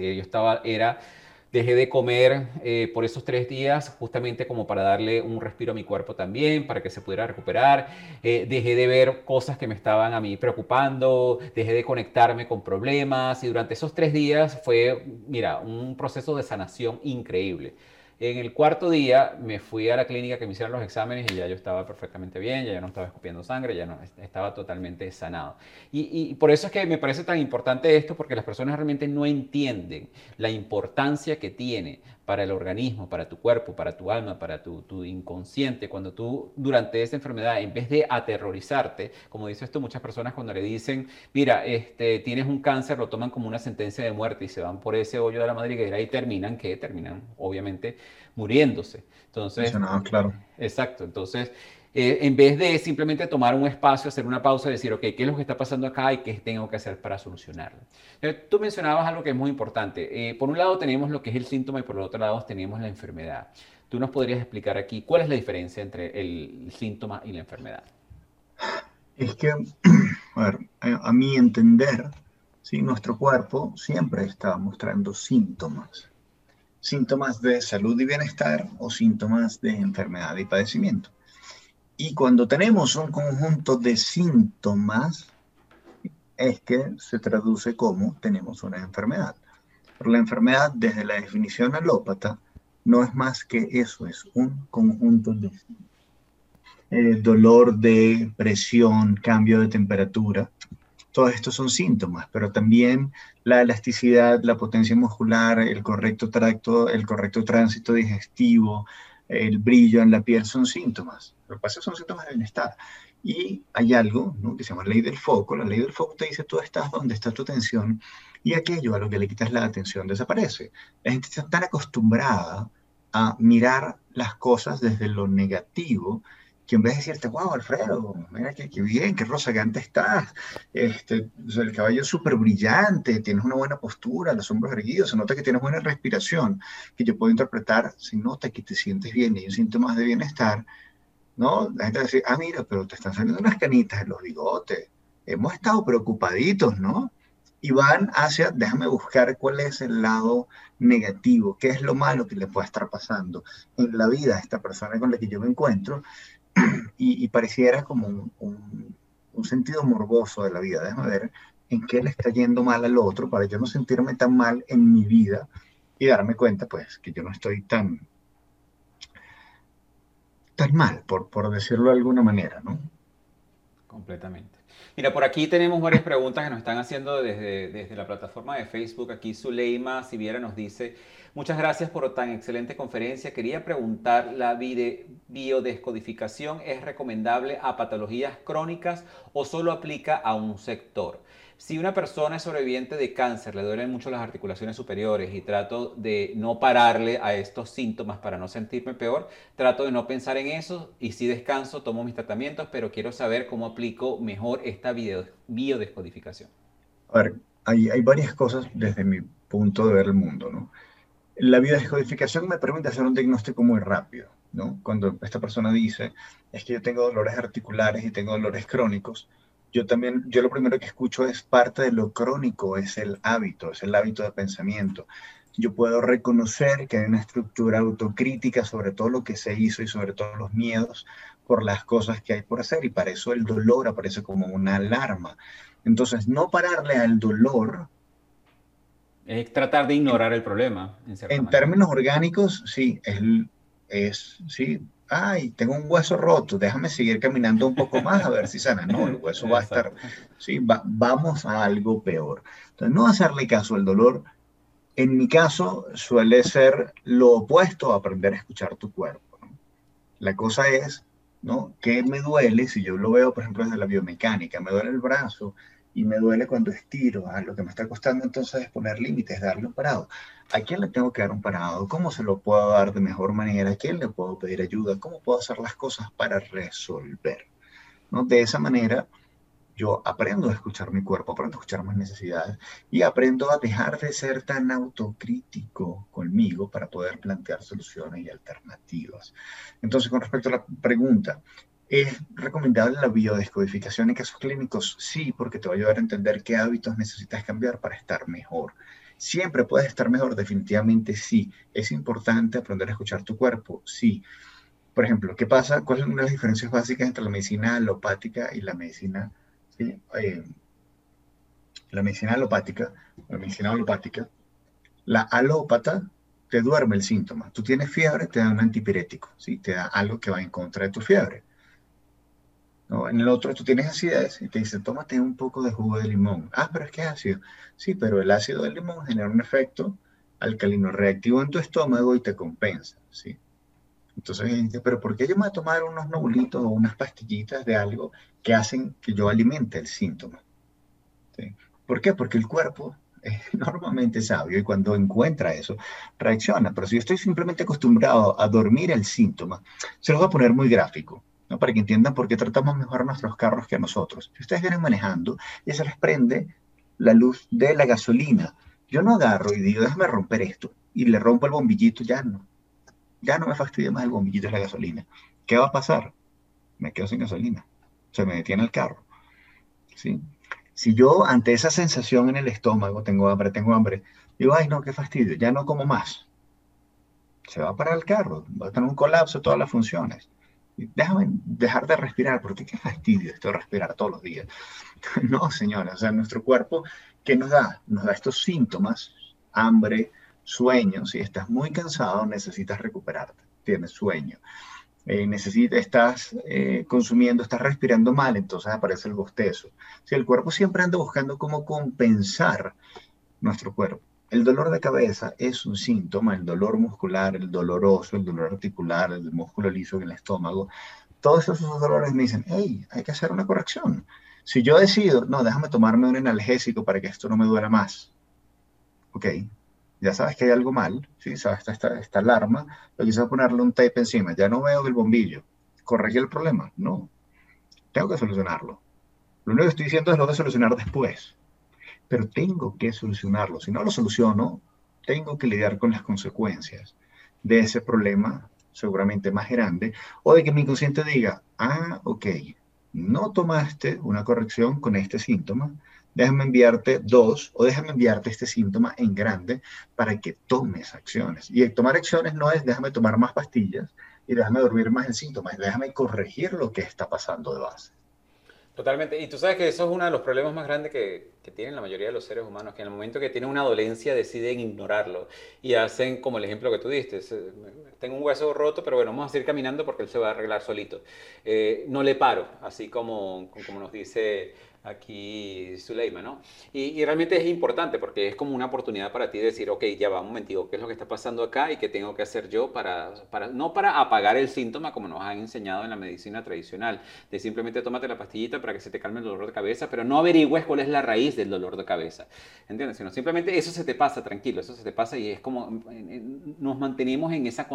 Dejé de comer por esos 3 días, justamente como para darle un respiro a mi cuerpo también, para que se pudiera recuperar. Dejé de ver cosas que me estaban a mí preocupando, dejé de conectarme con problemas y durante esos 3 días fue, mira, un proceso de sanación increíble. En el cuarto día me fui a la clínica que me hicieron los exámenes y ya yo estaba perfectamente bien, ya yo no estaba escupiendo sangre, ya no estaba totalmente sanado. Y por eso es que me parece tan importante esto, porque las personas realmente no entienden la importancia que tiene para el organismo, para tu cuerpo, para tu alma, para tu inconsciente, cuando tú durante esa enfermedad, en vez de aterrorizarte, como dices tú, muchas personas cuando le dicen, mira, tienes un cáncer, lo toman como una sentencia de muerte y se van por ese hoyo de la madriguera y terminan obviamente muriéndose. Entonces, Mencionado, claro. exacto, entonces en vez de simplemente tomar un espacio, hacer una pausa y decir, ok, ¿qué es lo que está pasando acá y qué tengo que hacer para solucionarlo? Tú mencionabas algo que es muy importante. Por un lado tenemos lo que es el síntoma y por el otro lado tenemos la enfermedad. ¿Tú nos podrías explicar aquí cuál es la diferencia entre el síntoma y la enfermedad? Es que, a ver, a mi entender, ¿sí? Nuestro cuerpo siempre está mostrando síntomas. Síntomas de salud y bienestar o síntomas de enfermedad y padecimiento. Y cuando tenemos un conjunto de síntomas, es que se traduce como tenemos una enfermedad. Pero la enfermedad, desde la definición alópata, no es más que eso, es un conjunto de dolor de presión, cambio de temperatura. Todos estos son síntomas, pero también la elasticidad, la potencia muscular, el correcto tracto, el correcto tránsito digestivo, el brillo en la piel son síntomas. Lo que pasa es que son síntomas de bienestar. Y hay algo, ¿no?, que se llama ley del foco. La ley del foco te dice tú estás donde está tu atención y aquello a lo que le quitas la atención desaparece. La gente está tan acostumbrada a mirar las cosas desde lo negativo que en vez de decirte, wow, Alfredo, mira qué bien, qué rozagante estás, o sea, el cabello es súper brillante, tienes una buena postura, los hombros erguidos, se nota que tienes buena respiración, que yo puedo interpretar, se nota que te sientes bien y hay síntomas de bienestar, ¿no? La gente va a decir, ah, mira, pero te están saliendo unas canitas en los bigotes, hemos estado preocupaditos, ¿no? Y van hacia, déjame buscar cuál es el lado negativo, qué es lo malo que le puede estar pasando en la vida a esta persona con la que yo me encuentro, y pareciera como un sentido morboso de la vida. Déjame ver en qué le está yendo mal al otro para yo no sentirme tan mal en mi vida y darme cuenta, pues, que yo no estoy tan mal, por decirlo de alguna manera, ¿no? Completamente. Mira, por aquí tenemos varias preguntas que nos están haciendo desde la plataforma de Facebook. Aquí Zuleima Siviera nos dice, muchas gracias por tan excelente conferencia. Quería preguntar, ¿la biodescodificación es recomendable a patologías crónicas o solo aplica a un sector? Si una persona es sobreviviente de cáncer, le duelen mucho las articulaciones superiores y trato de no pararle a estos síntomas para no sentirme peor, trato de no pensar en eso y si descanso, tomo mis tratamientos, pero quiero saber cómo aplico mejor esta biodescodificación. A ver, hay varias cosas desde mi punto de ver el mundo, ¿no? La biodescodificación me permite hacer un diagnóstico muy rápido, ¿no? Cuando esta persona dice, es que yo tengo dolores articulares y tengo dolores crónicos, yo lo primero que escucho es parte de lo crónico, es el hábito de pensamiento. Yo puedo reconocer que hay una estructura autocrítica sobre todo lo que se hizo y sobre todo los miedos por las cosas que hay por hacer, y para eso el dolor aparece como una alarma. Entonces, no pararle al dolor. Es tratar de ignorar el problema, en cierta En manera. términos orgánicos, sí, sí, ay, tengo un hueso roto, déjame seguir caminando un poco más a ver si sana. No, el hueso va a estar, Exacto. sí, vamos a algo peor. Entonces, no hacerle caso al dolor, en mi caso, suele ser lo opuesto a aprender a escuchar tu cuerpo, ¿no? La cosa es, ¿no?, ¿qué me duele? Si yo lo veo, por ejemplo, desde la biomecánica, me duele el brazo y me duele cuando estiro. Lo que me está costando entonces es poner límites, darle un parado. ¿A quién le tengo que dar un parado? ¿Cómo se lo puedo dar de mejor manera? ¿A quién le puedo pedir ayuda? ¿Cómo puedo hacer las cosas para resolver? ¿No? De esa manera, yo aprendo a escuchar mi cuerpo, aprendo a escuchar mis necesidades y aprendo a dejar de ser tan autocrítico conmigo para poder plantear soluciones y alternativas. Entonces, con respecto a la pregunta, ¿es recomendable la biodescodificación en casos clínicos? Sí, porque te va a ayudar a entender qué hábitos necesitas cambiar para estar mejor. ¿Siempre puedes estar mejor? Definitivamente sí. ¿Es importante aprender a escuchar tu cuerpo? Sí. Por ejemplo, ¿qué pasa? ¿Cuáles son las diferencias básicas entre la medicina alopática y la medicina, sí, la medicina alopática? La medicina alopática, la alópata te duerme el síntoma. Tú tienes fiebre, te da un antipirético, ¿sí? Te da algo que va en contra de tu fiebre, ¿no? En el otro tú tienes acidez y te dice, tómate un poco de jugo de limón. Ah, pero es que es ácido. Sí, pero el ácido del limón genera un efecto alcalino reactivo en tu estómago y te compensa, ¿sí? Entonces, pero ¿por qué yo me voy a tomar unos nobulitos o unas pastillitas de algo que hacen que yo alimente el síntoma? ¿Sí? ¿Por qué? Porque el cuerpo es normalmente sabio y cuando encuentra eso, reacciona. Pero si yo estoy simplemente acostumbrado a dormir el síntoma, se lo voy a poner muy gráfico. ¿no? Para que entiendan por qué tratamos mejor a nuestros carros que a nosotros. Si ustedes vienen manejando y se les prende la luz de la gasolina, yo no agarro y digo, déjame romper esto, y le rompo el bombillito, ya no me fastidia más el bombillito de la gasolina. ¿Qué va a pasar? Me quedo sin gasolina, se me detiene el carro, ¿sí? Si yo ante esa sensación en el estómago, tengo hambre, digo, ay no, qué fastidio, ya no como más, se va a parar el carro, va a tener un colapso de todas las funciones. Déjame dejar de respirar, porque qué fastidio esto de respirar todos los días. No, señora, o sea, nuestro cuerpo, ¿qué nos da? Nos da estos síntomas, hambre, sueño. Si estás muy cansado, necesitas recuperarte, tienes sueño. Estás consumiendo, estás respirando mal, entonces aparece el bostezo. Si el cuerpo siempre anda buscando cómo compensar nuestro cuerpo. El dolor de cabeza es un síntoma, el dolor muscular, el doloroso, el dolor articular, el músculo liso en el estómago. Todos esos dolores me dicen, hey, hay que hacer una corrección. Si yo decido, no, déjame tomarme un analgésico para que esto no me duela más, ok, ya sabes que hay algo mal, ¿sí? Sabes esta alarma, pero quizás ponerle un tape encima, ya no veo el bombillo. ¿Corregí el problema? No, tengo que solucionarlo. Lo único que estoy diciendo es lo de solucionar después, pero tengo que solucionarlo. Si no lo soluciono, tengo que lidiar con las consecuencias de ese problema seguramente más grande, o de que mi inconsciente diga, ok, no tomaste una corrección con este síntoma, déjame enviarte dos, o déjame enviarte este síntoma en grande para que tomes acciones. Y tomar acciones no es déjame tomar más pastillas y déjame dormir más el síntoma, es déjame corregir lo que está pasando de base. Totalmente. Y tú sabes que eso es uno de los problemas más grandes que tienen la mayoría de los seres humanos, que en el momento que tienen una dolencia deciden ignorarlo y hacen como el ejemplo que tú diste. Tengo un hueso roto, pero bueno, vamos a seguir caminando porque él se va a arreglar solito. No le paro, así como nos dice aquí Zuleima, ¿no? Y realmente es importante porque es como una oportunidad para ti de decir, ok, ya va un momentico, ¿qué es lo que está pasando acá y qué tengo que hacer yo no para apagar el síntoma como nos han enseñado en la medicina tradicional, de simplemente tómate la pastillita para que se te calme el dolor de cabeza, pero no averigües cuál es la raíz del dolor de cabeza, ¿entiendes? Sino simplemente eso se te pasa, tranquilo, eso se te pasa y es como nos mantenemos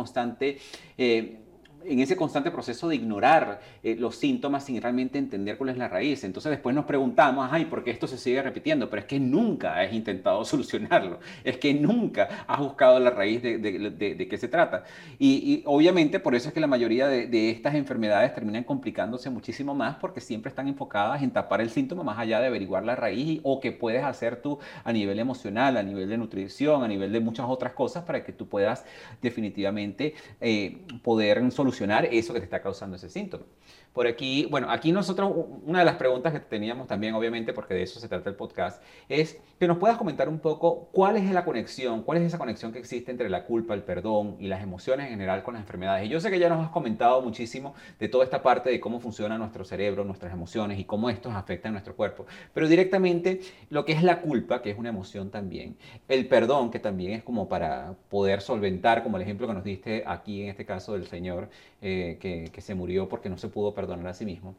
en ese constante proceso de ignorar los síntomas sin realmente entender cuál es la raíz. Entonces después nos preguntamos, ay, ¿por qué esto se sigue repitiendo? Pero es que nunca has intentado solucionarlo, es que nunca has buscado la raíz de qué se trata. Y obviamente por eso es que la mayoría de estas enfermedades terminan complicándose muchísimo más porque siempre están enfocadas en tapar el síntoma más allá de averiguar la raíz o qué puedes hacer tú a nivel emocional, a nivel de nutrición, a nivel de muchas otras cosas para que tú puedas definitivamente poder solucionar eso que te está causando ese síntoma. Por aquí, bueno, aquí nosotros, una de las preguntas que teníamos también, obviamente, porque de eso se trata el podcast, es que nos puedas comentar un poco cuál es la conexión, cuál es esa conexión que existe entre la culpa, el perdón y las emociones en general con las enfermedades. Y yo sé que ya nos has comentado muchísimo de toda esta parte de cómo funciona nuestro cerebro, nuestras emociones y cómo estos afectan nuestro cuerpo. Pero directamente lo que es la culpa, que es una emoción también, el perdón, que también es como para poder solventar, como el ejemplo que nos diste aquí en este caso del señor que se murió porque no se pudo perdonar a sí mismo.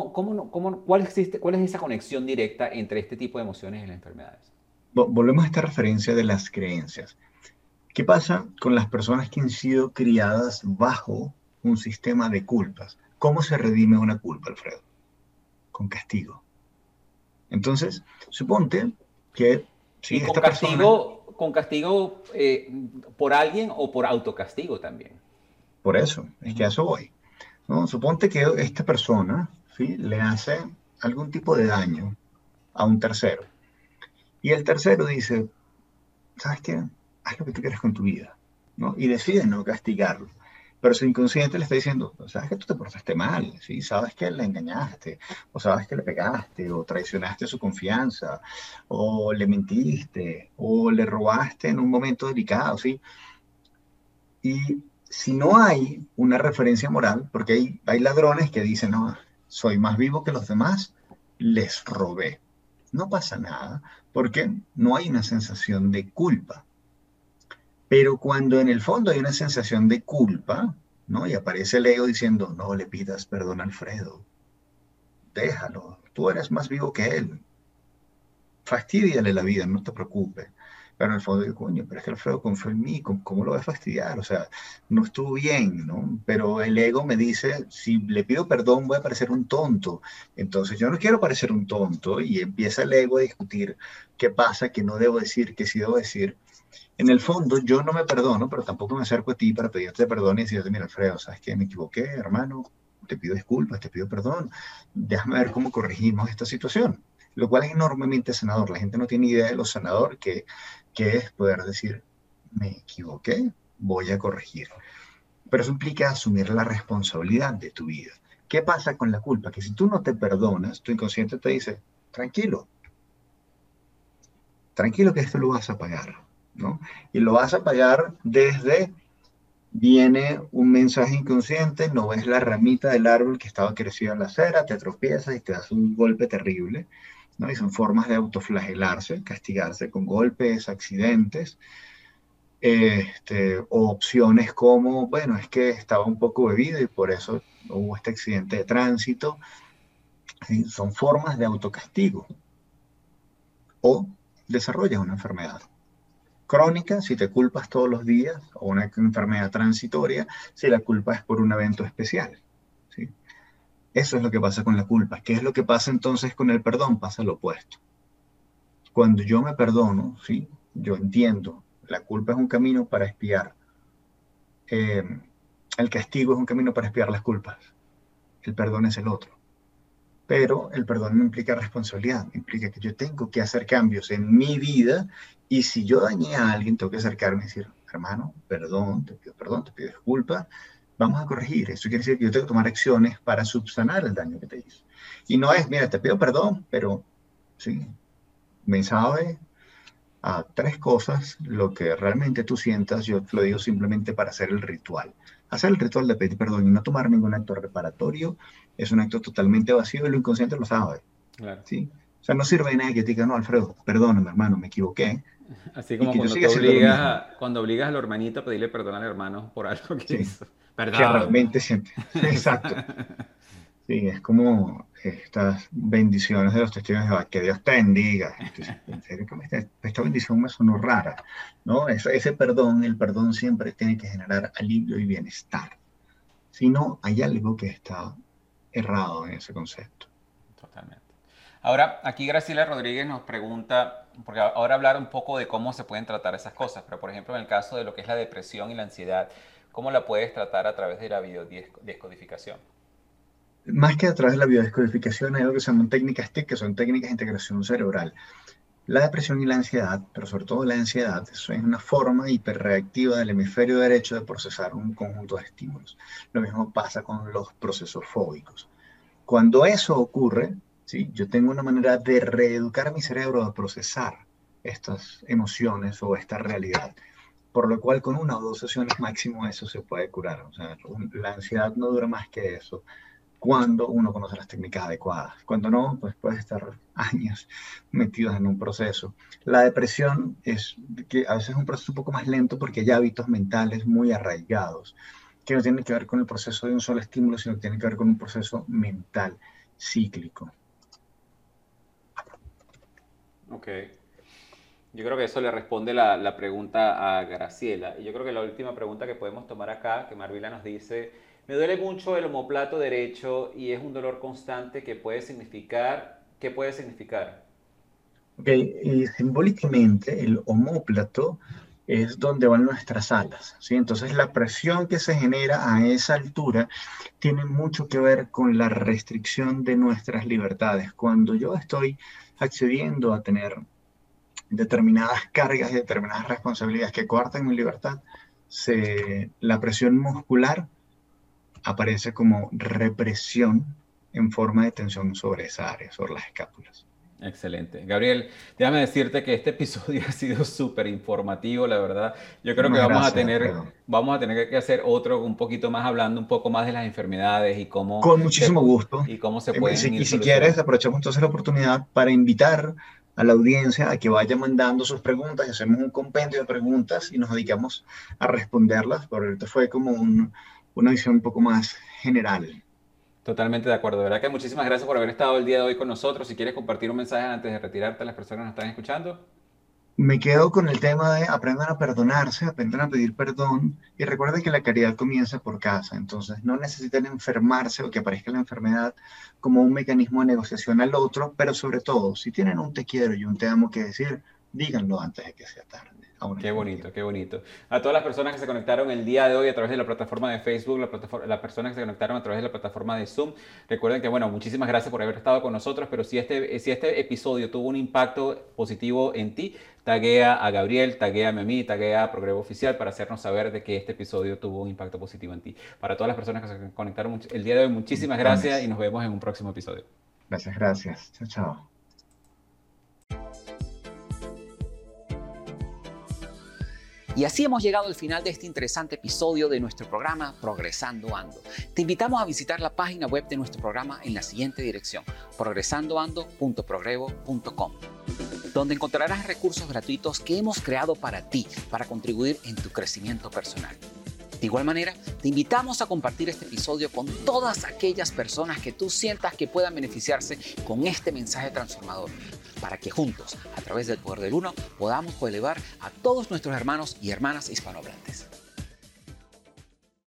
¿Cuál es esa conexión directa entre este tipo de emociones y las enfermedades? Volvemos a esta referencia de las creencias. ¿Qué pasa con las personas que han sido criadas bajo un sistema de culpas? ¿Cómo se redime una culpa, Alfredo? Con castigo. Entonces, suponte que si Y esta persona, con castigo por alguien o por autocastigo también. por eso, es que a Ujú. eso voy, ¿no? Suponte que esta persona, ¿sí? Le hace algún tipo de daño a un tercero. Y el tercero dice, ¿sabes qué? Haz lo que tú quieras con tu vida, ¿no? Y decide no castigarlo. Pero su inconsciente le está diciendo, sabes que tú te portaste mal, ¿sí? Sabes que le engañaste, o sabes que le pegaste, o traicionaste su confianza, o le mentiste, o le robaste en un momento delicado, ¿sí? Y si no hay una referencia moral, porque hay ladrones que dicen, no, soy más vivo que los demás, les robé. No pasa nada, porque no hay una sensación de culpa. Pero cuando en el fondo hay una sensación de culpa, ¿no? Y aparece el ego diciendo, no le pidas perdón a Alfredo, déjalo, tú eres más vivo que él, fastidiale la vida, no te preocupes. Pero en el fondo digo, coño, pero es que Alfredo confió en mí, ¿cómo lo voy a fastidiar? O sea, no estuvo bien, ¿no? Pero el ego me dice, si le pido perdón voy a parecer un tonto. Entonces yo no quiero parecer un tonto y empieza el ego a discutir qué pasa, qué no debo decir, qué sí debo decir. En el fondo yo no me perdono, pero tampoco me acerco a ti para pedirte perdón y decirte, mira, Alfredo, ¿sabes qué? Me equivoqué, hermano, te pido disculpas, te pido perdón, déjame ver cómo corregimos esta situación. Lo cual es enormemente sanador. La gente no tiene idea de lo sanador que es poder decir, me equivoqué, voy a corregir. Pero eso implica asumir la responsabilidad de tu vida. ¿Qué pasa con la culpa? Que si tú no te perdonas, tu inconsciente te dice, tranquilo, tranquilo que esto lo vas a pagar, ¿no? Y lo vas a pagar desde, viene un mensaje inconsciente, no ves la ramita del árbol que estaba crecido en la acera, te tropiezas y te das un golpe terrible, ¿no? Y son formas de autoflagelarse, castigarse con golpes, accidentes, o opciones como, bueno, es que estaba un poco bebido y por eso hubo este accidente de tránsito. ¿Sí? Son formas de autocastigo o desarrollas una enfermedad crónica si te culpas todos los días o una enfermedad transitoria si la culpa es por un evento especial. ¿Sí? Eso es lo que pasa con la culpa. ¿Qué es lo que pasa entonces con el perdón? Pasa lo opuesto. Cuando yo me perdono, ¿sí? Yo entiendo, la culpa es un camino para expiar. Eh, el castigo es un camino para expiar las culpas. El perdón es el otro. Pero el perdón no implica responsabilidad, implica que yo tengo que hacer cambios en mi vida y si yo dañé a alguien, tengo que acercarme y decir, hermano, perdón, te pido disculpas, vamos a corregir. Eso quiere decir que yo tengo que tomar acciones para subsanar el daño que te hizo. Y no es, mira, te pido perdón, pero sí, me sabe a tres cosas lo que realmente tú sientas, yo te lo digo simplemente para hacer el ritual. Hacer el ritual de pedir perdón y no tomar ningún acto reparatorio es un acto totalmente vacío y lo inconsciente lo sabe. Claro. ¿Sí? O sea, no sirve de nada que te diga, no, Alfredo, perdóname, hermano, me equivoqué, Así y como que yo cuando siga haciendo lo mismo. cuando obligas al hermanito a pedirle perdón al hermano por algo que Sí, hizo. que Perdón. realmente siente. Exacto. Sí, es como estas bendiciones de los testigos de Jehová, que Dios te bendiga. Y tú dices, en serio que esta bendición me sonó rara, ¿no? Ese perdón, el perdón siempre tiene que generar alivio y bienestar. Si no, hay algo que está errado en ese concepto. Totalmente. Ahora, aquí Graciela Rodríguez nos pregunta, porque ahora hablar un poco de cómo se pueden tratar esas cosas, pero por ejemplo en el caso de lo que es la depresión y la ansiedad, ¿cómo la puedes tratar a través de la biodescodificación? Más que a través de la biodescodificación, hay algo que se llaman técnicas TIC, que son técnicas de integración cerebral. La depresión y la ansiedad, pero sobre todo la ansiedad, eso es una forma hiperreactiva del hemisferio derecho de procesar un conjunto de estímulos. Lo mismo pasa con los procesos fóbicos. Cuando eso ocurre, ¿sí? Yo tengo una manera de reeducar mi cerebro a procesar estas emociones o esta realidad. Por lo cual con una o dos sesiones máximo eso se puede curar. O sea, la ansiedad no dura más que eso cuando uno conoce las técnicas adecuadas. Cuando no, pues puedes estar años metidos en un proceso. La depresión es que a veces es un proceso un poco más lento porque hay hábitos mentales muy arraigados que no tienen que ver con el proceso de un solo estímulo, sino que tienen que ver con un proceso mental cíclico. Ok. Yo creo que eso le responde la pregunta a Graciela. Y yo creo que la última pregunta que podemos tomar acá, que Marvila nos dice, me duele mucho el omóplato derecho y es un dolor constante que puede significar, ¿qué puede significar? Okay. Y simbólicamente el omóplato es donde van nuestras alas, ¿sí? Entonces la presión que se genera a esa altura tiene mucho que ver con la restricción de nuestras libertades. Cuando yo estoy accediendo a tener determinadas cargas y determinadas responsabilidades que coartan mi libertad, la presión muscular aparece como represión en forma de tensión sobre esa área, sobre las escápulas. Excelente. Gabriel, déjame decirte que este episodio ha sido súper informativo, la verdad. Yo creo que Muchísimas gracias, Alfredo. vamos a tener que hacer otro un poquito más hablando un poco más de las enfermedades Con muchísimo gusto. y cómo se pueden Y ir si quieres, solucionando. aprovechamos entonces la oportunidad para invitar a la audiencia a que vaya mandando sus preguntas y hacemos un compendio de preguntas y nos dedicamos a responderlas. Por ahorita fue como una visión un poco más general. Totalmente de acuerdo. De verdad que muchísimas gracias por haber estado el día de hoy con nosotros. Si quieres compartir un mensaje antes de retirarte a las personas que nos están escuchando. Me quedo con el tema de aprendan a perdonarse, aprendan a pedir perdón y recuerden que la caridad comienza por casa. Entonces no necesitan enfermarse o que aparezca la enfermedad como un mecanismo de negociación al otro, pero sobre todo, si tienen un te quiero y un te amo que decir, díganlo antes de que sea tarde. Qué bonito, qué bonito. A todas las personas que se conectaron el día de hoy a través de la plataforma de Facebook, las personas que se conectaron a través de la plataforma de Zoom, recuerden que, bueno, muchísimas gracias por haber estado con nosotros, pero si este episodio tuvo un impacto positivo en ti, taguea a Gabriel, taguéame a mí, taguea a Progreso Oficial para hacernos saber de que este episodio tuvo un impacto positivo en ti. Para todas las personas que se conectaron el día de hoy, muchísimas gracias y nos vemos en un próximo episodio. Gracias. Chao, chao. Y así hemos llegado al final de este interesante episodio de nuestro programa Progresando Ando. Te invitamos a visitar la página web de nuestro programa en la siguiente dirección: progresandoando.progrevo.com, donde encontrarás recursos gratuitos que hemos creado para ti, para contribuir en tu crecimiento personal. De igual manera, te invitamos a compartir este episodio con todas aquellas personas que tú sientas que puedan beneficiarse con este mensaje transformador, para que juntos, a través del poder del uno, podamos elevar a todos nuestros hermanos y hermanas hispanohablantes.